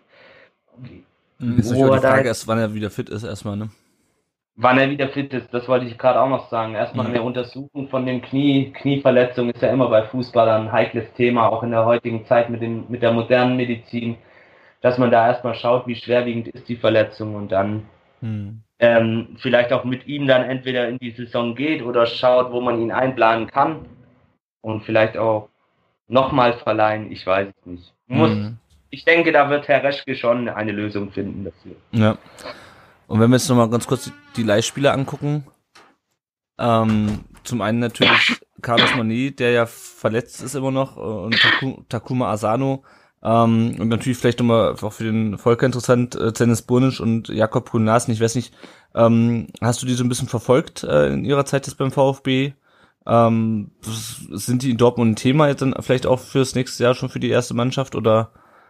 Ist natürlich die Frage erst, wann er wieder fit ist, erstmal, ne? Wann er wieder fit ist, das wollte ich gerade auch noch sagen. Erstmal mhm. eine Untersuchung von dem Knie. Knieverletzung ist ja immer bei Fußballern ein heikles Thema, auch in der heutigen Zeit mit dem, mit der modernen Medizin, dass man da erstmal schaut, wie schwerwiegend ist die Verletzung und dann, mhm. ähm, vielleicht auch mit ihm dann entweder in die Saison geht oder schaut, wo man ihn einplanen kann und vielleicht auch nochmal verleihen, ich weiß es nicht. Muss, mhm. Ich denke, da wird Herr Reschke schon eine Lösung finden dafür. Ja. Und wenn wir jetzt nochmal ganz kurz die, die Leihspieler angucken, ähm, zum einen natürlich Carlos Mané, der ja verletzt ist immer noch, und Taku, Takuma Asano, ähm, und natürlich vielleicht nochmal auch für den Volker interessant, äh, Zennis Burnic und Jakob Brun-Larsen. Ich weiß nicht, ähm, hast du die so ein bisschen verfolgt äh, in ihrer Zeit jetzt beim VfB? Ähm, sind die in Dortmund ein Thema jetzt dann vielleicht auch fürs nächste Jahr schon für die erste Mannschaft, oder?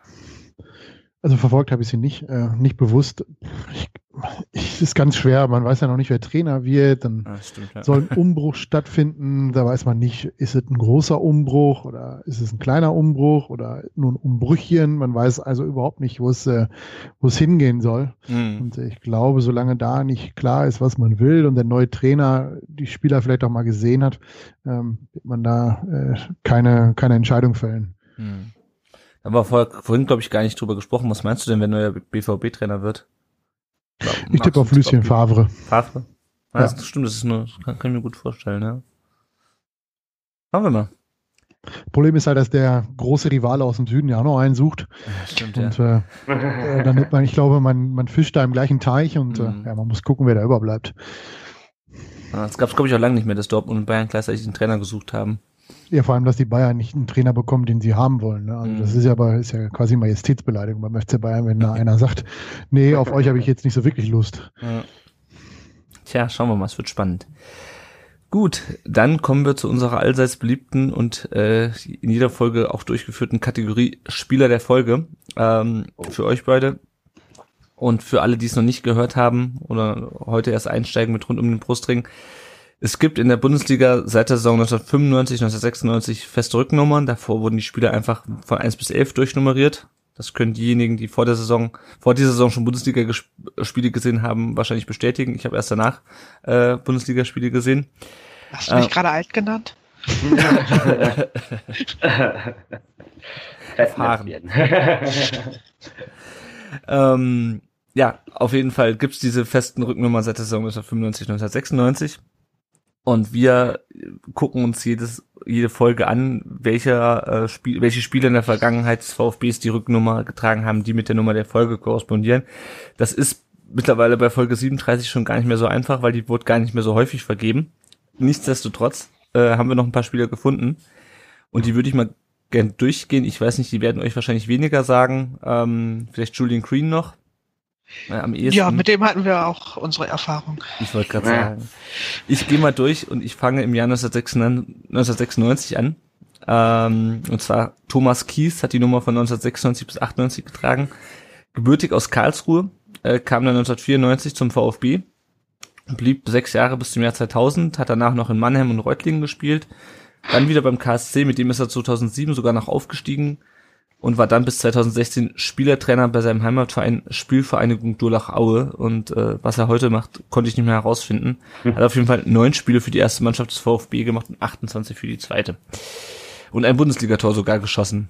Also verfolgt habe ich sie nicht, äh, nicht bewusst. Ich, ich, ist ganz schwer, man weiß ja noch nicht, wer Trainer wird, dann ah, stimmt, ja. soll ein Umbruch stattfinden, da weiß man nicht, ist es ein großer Umbruch oder ist es ein kleiner Umbruch oder nur ein Umbrüchchen, man weiß also überhaupt nicht, wo es äh, wo es hingehen soll. Mhm. Und ich glaube, solange da nicht klar ist, was man will und der neue Trainer die Spieler vielleicht auch mal gesehen hat, ähm, wird man da äh, keine, keine Entscheidung fällen. Mhm. Da haben wir vor, vorhin, glaube ich, gar nicht drüber gesprochen. Was meinst du denn, wenn neuer B V B-Trainer wird? Glaub, ich tippe auf Lucien Favre. Favre? Ja, das stimmt, das ist nur, das kann, kann ich mir gut vorstellen, ja. Schauen wir mal. Problem ist halt, dass der große Rivale aus dem Süden ja auch noch einen sucht. Ja, stimmt, und ja. Äh, dann nimmt man, ich glaube, man, man fischt da im gleichen Teich und mhm. äh, ja, man muss gucken, wer da überbleibt. Es gab es, glaube ich, auch lange nicht mehr, dass Dortmund und Bayern gleichzeitig einen Trainer gesucht haben. Ja, vor allem, dass die Bayern nicht einen Trainer bekommen, den sie haben wollen. Ne? Also mhm. das ist ja aber ist ja quasi Majestätsbeleidigung beim F C Bayern, wenn da einer sagt, nee, auf euch habe ich jetzt nicht so wirklich Lust. Ja. Tja, schauen wir mal, es wird spannend. Gut, dann kommen wir zu unserer allseits beliebten und äh, in jeder Folge auch durchgeführten Kategorie Spieler der Folge. Ähm, für euch beide und für alle, die es noch nicht gehört haben oder heute erst einsteigen mit rund um den Brustring. Es gibt in der Bundesliga seit der Saison neunzehnhundertfünfundneunzig, neunzehnhundertsechsundneunzig feste Rücknummern. Davor wurden die Spieler einfach von eins bis elf durchnummeriert. Das können diejenigen, die vor der Saison, vor dieser Saison schon Bundesliga-Spiele gesehen haben, wahrscheinlich bestätigen. Ich habe erst danach äh, Bundesligaspiele gesehen. Hast du mich äh, gerade alt genannt? Erfahren. ähm, ja, auf jeden Fall gibt's diese festen Rücknummern seit der Saison neunzehnhundertfünfundneunzig, neunzehnhundertsechsundneunzig. Und wir gucken uns jedes, jede Folge an, welcher, äh, Spiel, welche Spieler in der Vergangenheit des VfBs die Rücknummer getragen haben, die mit der Nummer der Folge korrespondieren. Das ist mittlerweile bei Folge siebenunddreißig schon gar nicht mehr so einfach, weil die wurde gar nicht mehr so häufig vergeben. Nichtsdestotrotz äh, haben wir noch ein paar Spieler gefunden. Und die würde ich mal gerne durchgehen. Ich weiß nicht, die werden euch wahrscheinlich weniger sagen. Ähm, vielleicht Julian Green noch. Äh, am ehesten. Ja, mit dem hatten wir auch unsere Erfahrung. Ich wollte gerade sagen. Ich gehe mal durch und ich fange im Jahr neunzehnhundertsechsundneunzig an. Ähm, und zwar Thomas Kies hat die Nummer von neunzehnhundertsechsundneunzig bis achtundneunzig getragen. Gebürtig aus Karlsruhe, äh, kam dann neunzehnhundertvierundneunzig zum VfB. Blieb sechs Jahre bis zum Jahr zweitausend, hat danach noch in Mannheim und Reutlingen gespielt. Dann wieder beim K S C, mit dem ist er zweitausendsieben sogar noch aufgestiegen. Und war dann bis zweitausendsechzehn Spielertrainer bei seinem Heimatverein Spielvereinigung Durlach-Aue. Und äh, was er heute macht, konnte ich nicht mehr herausfinden. Hat auf jeden Fall neun Spiele für die erste Mannschaft des VfB gemacht und achtundzwanzig für die zweite. Und ein Bundesligator sogar geschossen.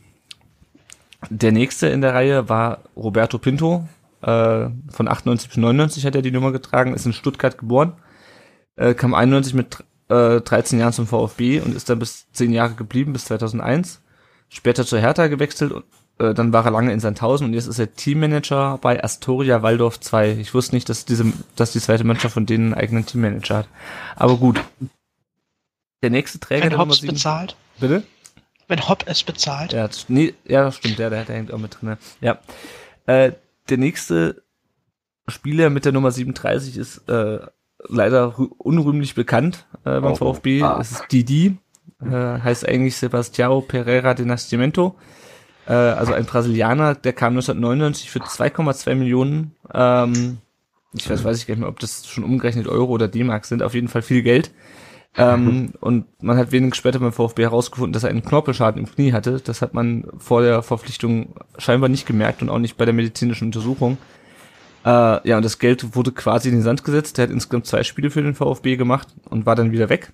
Der nächste in der Reihe war Roberto Pinto. Äh, von achtundneunzig bis neunundneunzig hat er die Nummer getragen, ist in Stuttgart geboren. Äh, kam einundneunzig mit äh, dreizehn Jahren zum VfB und ist dann bis zehn Jahre geblieben, bis zweitausendeins. Später zur Hertha gewechselt und äh, dann war er lange in Sandhausen und jetzt ist er Teammanager bei Astoria Waldorf zwei. Ich wusste nicht, dass diese, dass die zweite Mannschaft von denen einen eigenen Teammanager hat. Aber gut. Der nächste Träger... Wenn Hopp es bezahlt. Bitte? Wenn Hopp es bezahlt. Ja, nee, ja stimmt, der, der, der hängt auch mit drin. Ja. Äh, der nächste Spieler mit der Nummer siebenunddreißig ist äh, leider unrühmlich bekannt äh, beim oh, VfB. Ah. Es ist Didi. Äh, heißt eigentlich Sebastião Pereira de Nascimento, äh, also ein Brasilianer, der kam neunzehnhundertneunundneunzig für zwei Komma zwei Millionen, ähm, ich weiß, weiß ich gar nicht mehr, ob das schon umgerechnet Euro oder D-Mark sind, auf jeden Fall viel Geld, ähm, und man hat wenig später beim VfB herausgefunden, dass er einen Knorpelschaden im Knie hatte. Das hat man vor der Verpflichtung scheinbar nicht gemerkt und auch nicht bei der medizinischen Untersuchung. Äh, ja, und das Geld wurde quasi in den Sand gesetzt. Der hat insgesamt zwei Spiele für den VfB gemacht und war dann wieder weg.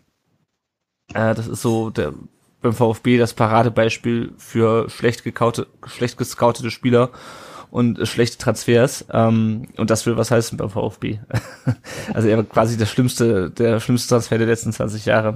Äh, das ist so der, beim VfB das Paradebeispiel für schlecht gekaute, schlecht gescoutete Spieler und äh, schlechte Transfers. Ähm, und das will was heißen beim VfB. Also er war quasi der schlimmste, der schlimmste Transfer der letzten zwanzig Jahre.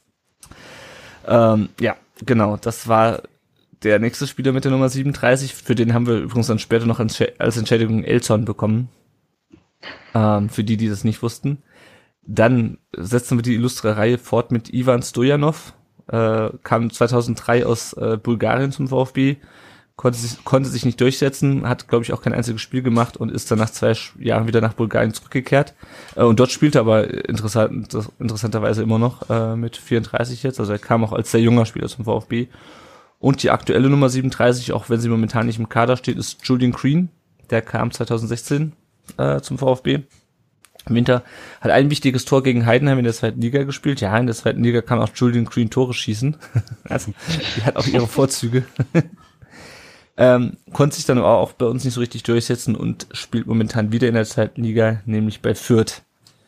Ähm, ja, genau, das war der nächste Spieler mit der Nummer siebenunddreißig. Für den haben wir übrigens dann später noch als Entschädigung Elson bekommen. Ähm, für die, die das nicht wussten. Dann setzen wir die illustre Reihe fort mit Ivan Stojanov. Äh, kam zweitausenddrei aus äh, Bulgarien zum VfB. Konnte sich, konnte sich nicht durchsetzen, hat, glaube ich, auch kein einziges Spiel gemacht und ist dann nach zwei Jahren wieder nach Bulgarien zurückgekehrt. Äh, und dort spielte aber interessant, interessanterweise immer noch äh, mit vierunddreißig jetzt. Also er kam auch als sehr junger Spieler zum VfB. Und die aktuelle Nummer siebenunddreißig, auch wenn sie momentan nicht im Kader steht, ist Julian Green. Der kam zweitausendsechzehn äh, zum VfB. Im Winter hat ein wichtiges Tor gegen Heidenheim in der zweiten Liga gespielt. Ja, in der zweiten Liga kann auch Julian Green Tore schießen. Also, die hat auch ihre Vorzüge. ähm, konnte sich dann aber auch bei uns nicht so richtig durchsetzen und spielt momentan wieder in der zweiten Liga, nämlich bei Fürth.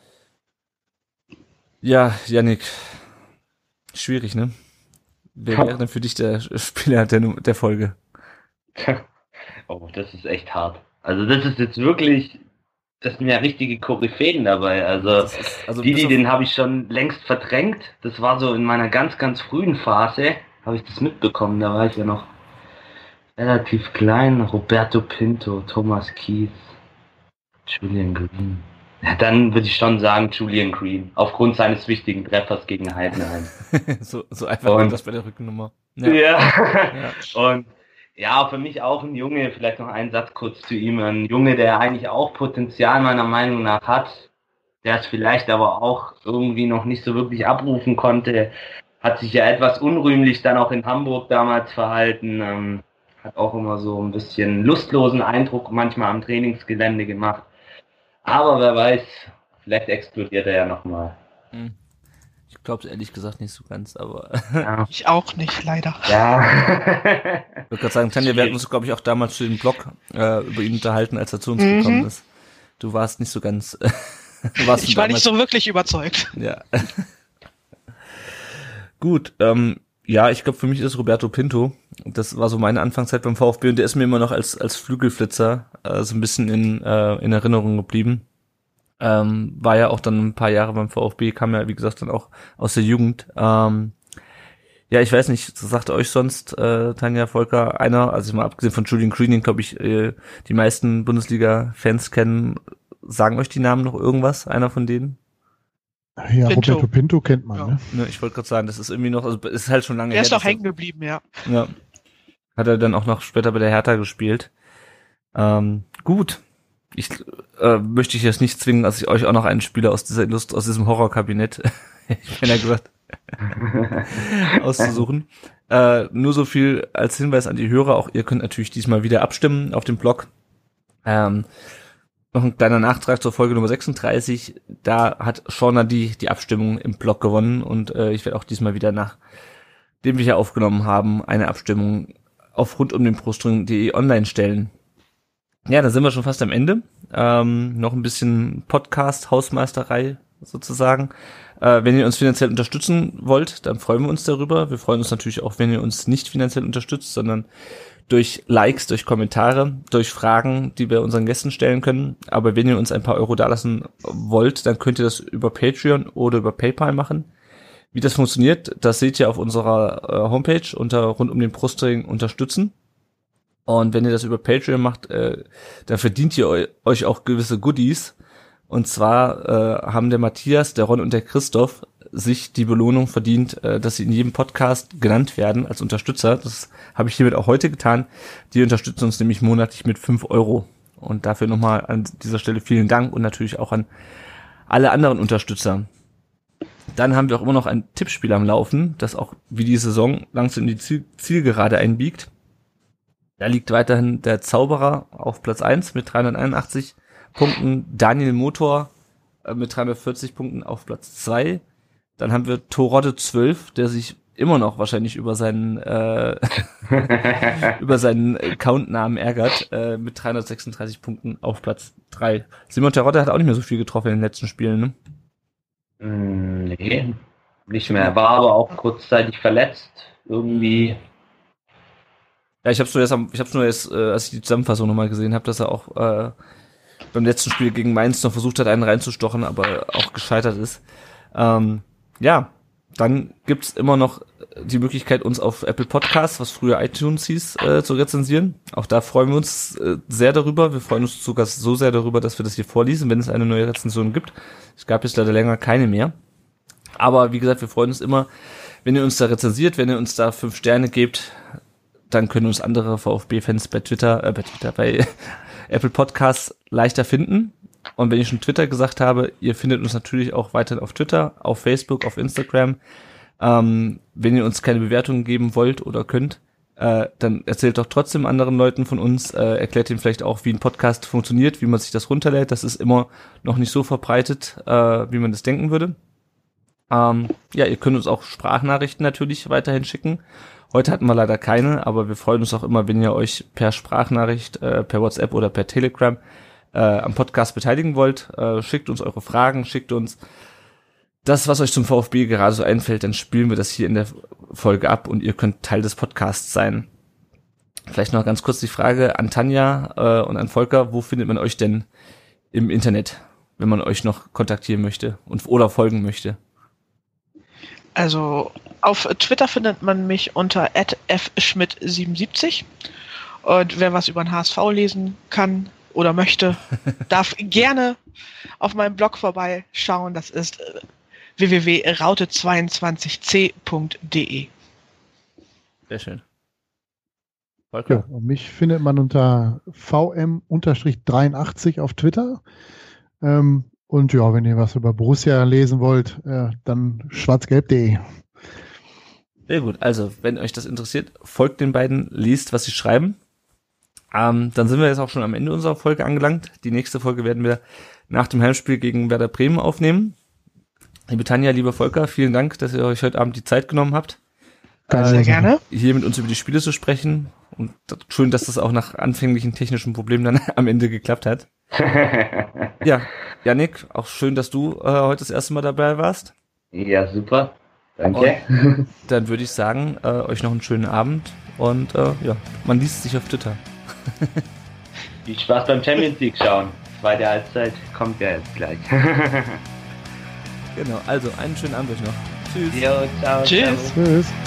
Ja, Yannick. Schwierig, ne? Wer wäre denn für dich der Spieler der, der Folge? Oh, das ist echt hart. Also das ist jetzt wirklich... Das sind ja richtige Koryphäen dabei. Also, ist, also die, die den habe ich schon längst verdrängt. Das war so in meiner ganz, ganz frühen Phase, habe ich das mitbekommen. Da war ich ja noch relativ klein. Roberto Pinto, Thomas Kies, Julian Green. Ja, dann würde ich schon sagen Julian Green. Aufgrund seines wichtigen Treffers gegen Heidenheim. so, so einfach und, das bei der Rückennummer. Ja. ja. ja. Und ja, für mich auch ein Junge, vielleicht noch einen Satz kurz zu ihm, ein Junge, der eigentlich auch Potenzial meiner Meinung nach hat, der es vielleicht aber auch irgendwie noch nicht so wirklich abrufen konnte, hat sich ja etwas unrühmlich dann auch in Hamburg damals verhalten, ähm, hat auch immer so ein bisschen lustlosen Eindruck manchmal am Trainingsgelände gemacht, aber wer weiß, vielleicht explodiert er ja nochmal. Mhm. Ich glaube ehrlich gesagt nicht so ganz, aber... Ja. Ich auch nicht, leider. Ja. Ich würde gerade sagen, Tanja, wir hatten uns, glaube ich, auch damals für den Blog äh, über ihn unterhalten, als er zu uns mhm. gekommen ist. Du warst nicht so ganz... du warst ich war damals nicht so wirklich überzeugt. Ja. Gut, ähm, ja, ich glaube, für mich ist Roberto Pinto. Das war so meine Anfangszeit beim VfB und der ist mir immer noch als als Flügelflitzer äh, so ein bisschen in äh, in Erinnerung geblieben. Ähm, war ja auch dann ein paar Jahre beim VfB, kam ja, wie gesagt, dann auch aus der Jugend. Ähm, ja, ich weiß nicht, sagt euch sonst, äh, Tanja, Volker, einer, also mal abgesehen von Julian Green, den glaube ich, äh, die meisten Bundesliga-Fans kennen, sagen euch die Namen noch irgendwas, einer von denen? Ja, Pinto. Roberto Pinto kennt man, ja. ne? ne? Ich wollte gerade sagen, das ist irgendwie noch, also ist halt schon lange her. Der ist her, doch hängen geblieben, ja. Ja. Hat er dann auch noch später bei der Hertha gespielt. Ähm, gut. Ich äh, möchte ich jetzt nicht zwingen, dass ich euch auch noch einen Spieler aus dieser Illust aus diesem Horrorkabinett, ich bin ja gesagt, auszusuchen. Äh, nur so viel als Hinweis an die Hörer, auch ihr könnt natürlich diesmal wieder abstimmen auf dem Blog. Ähm, noch ein kleiner Nachtrag zur Folge Nummer sechsunddreißig, da hat Shauna die, die Abstimmung im Blog gewonnen und äh, ich werde auch diesmal wieder, nachdem wir hier aufgenommen haben, eine Abstimmung auf rund um den Brustring punkt de online stellen. Ja, da sind wir schon fast am Ende. Ähm, noch ein bisschen Podcast-Hausmeisterei sozusagen. Äh, wenn ihr uns finanziell unterstützen wollt, dann freuen wir uns darüber. Wir freuen uns natürlich auch, wenn ihr uns nicht finanziell unterstützt, sondern durch Likes, durch Kommentare, durch Fragen, die wir unseren Gästen stellen können. Aber wenn ihr uns ein paar Euro dalassen wollt, dann könnt ihr das über Patreon oder über PayPal machen. Wie das funktioniert, das seht ihr auf unserer äh, Homepage unter rund um den Brustring unterstützen. Und wenn ihr das über Patreon macht, äh, dann verdient ihr eu- euch auch gewisse Goodies. Und zwar äh, haben der Matthias, der Ron und der Christoph sich die Belohnung verdient, äh, dass sie in jedem Podcast genannt werden als Unterstützer. Das habe ich hiermit auch heute getan. Die unterstützen uns nämlich monatlich mit fünf Euro. Und dafür nochmal an dieser Stelle vielen Dank und natürlich auch an alle anderen Unterstützer. Dann haben wir auch immer noch ein Tippspiel am Laufen, das auch wie die Saison langsam in die Ziel- Zielgerade einbiegt. Da liegt weiterhin der Zauberer auf Platz eins mit dreihunderteinundachtzig Punkten, Daniel Motor äh, mit dreihundertvierzig Punkten auf Platz zwei. Dann haben wir Torodde zwölf, der sich immer noch wahrscheinlich über seinen äh, über seinen Accountnamen ärgert, äh, mit dreihundertsechsunddreißig Punkten auf Platz drei. Simon Terodde hat auch nicht mehr so viel getroffen in den letzten Spielen, ne? Nee, nicht mehr. Er war aber auch kurzzeitig verletzt. Irgendwie Ja, ich habe nur erst, am, ich hab's nur erst, äh, als ich die Zusammenfassung nochmal gesehen habe, dass er auch äh, beim letzten Spiel gegen Mainz noch versucht hat, einen reinzustochen, aber auch gescheitert ist. Ähm, ja, dann gibt's immer noch die Möglichkeit, uns auf Apple Podcasts, was früher iTunes hieß, äh, zu rezensieren. Auch da freuen wir uns äh, sehr darüber. Wir freuen uns sogar so sehr darüber, dass wir das hier vorlesen, wenn es eine neue Rezension gibt. Es gab jetzt leider länger keine mehr. Aber wie gesagt, wir freuen uns immer, wenn ihr uns da rezensiert, wenn ihr uns da fünf Sterne gebt, dann können uns andere VfB-Fans bei Twitter, äh, bei Twitter, bei Apple Podcasts leichter finden. Und wenn ich schon Twitter gesagt habe, ihr findet uns natürlich auch weiterhin auf Twitter, auf Facebook, auf Instagram. Ähm, wenn ihr uns keine Bewertungen geben wollt oder könnt, äh, dann erzählt doch trotzdem anderen Leuten von uns, äh, erklärt ihnen vielleicht auch, wie ein Podcast funktioniert, wie man sich das runterlädt. Das ist immer noch nicht so verbreitet, äh, wie man das denken würde. Ähm, ja, ihr könnt uns auch Sprachnachrichten natürlich weiterhin schicken. Heute hatten wir leider keine, aber wir freuen uns auch immer, wenn ihr euch per Sprachnachricht, äh, per WhatsApp oder per Telegram äh, am Podcast beteiligen wollt. Äh, schickt uns eure Fragen, schickt uns das, was euch zum VfB gerade so einfällt, dann spielen wir das hier in der Folge ab und ihr könnt Teil des Podcasts sein. Vielleicht noch ganz kurz die Frage an Tanja äh, und an Volker, wo findet man euch denn im Internet, wenn man euch noch kontaktieren möchte und oder folgen möchte? Also auf Twitter findet man mich unter at f schmidt siebenundsiebzig und wer was über den H S V lesen kann oder möchte, darf gerne auf meinem Blog vorbeischauen. Das ist w w w punkt raute zweiundzwanzig c punkt d e. Sehr schön. Ja, und mich findet man unter v m dreiundachtzig auf Twitter. Ähm, Und ja, wenn ihr was über Borussia lesen wollt, äh, dann schwarzgelb punkt de. Sehr gut. Also, wenn euch das interessiert, folgt den beiden, liest, was sie schreiben. Ähm, dann sind wir jetzt auch schon am Ende unserer Folge angelangt. Die nächste Folge werden wir nach dem Heimspiel gegen Werder Bremen aufnehmen. Liebe Tanja, lieber Volker, vielen Dank, dass ihr euch heute Abend die Zeit genommen habt. Äh, Sehr gerne. Hier mit uns über die Spiele zu sprechen. Und schön, dass das auch nach anfänglichen technischen Problemen dann am Ende geklappt hat. Ja, Yannick, auch schön, dass du äh, heute das erste Mal dabei warst. Ja, super. Danke. Und dann würde ich sagen, äh, euch noch einen schönen Abend und äh, ja, man liest sich auf Twitter. Viel Spaß beim Champions League schauen. Zweite Halbzeit kommt ja jetzt gleich. Genau, also einen schönen Abend euch noch. Tschüss. Jo, ciao. Tschüss. Tschüss.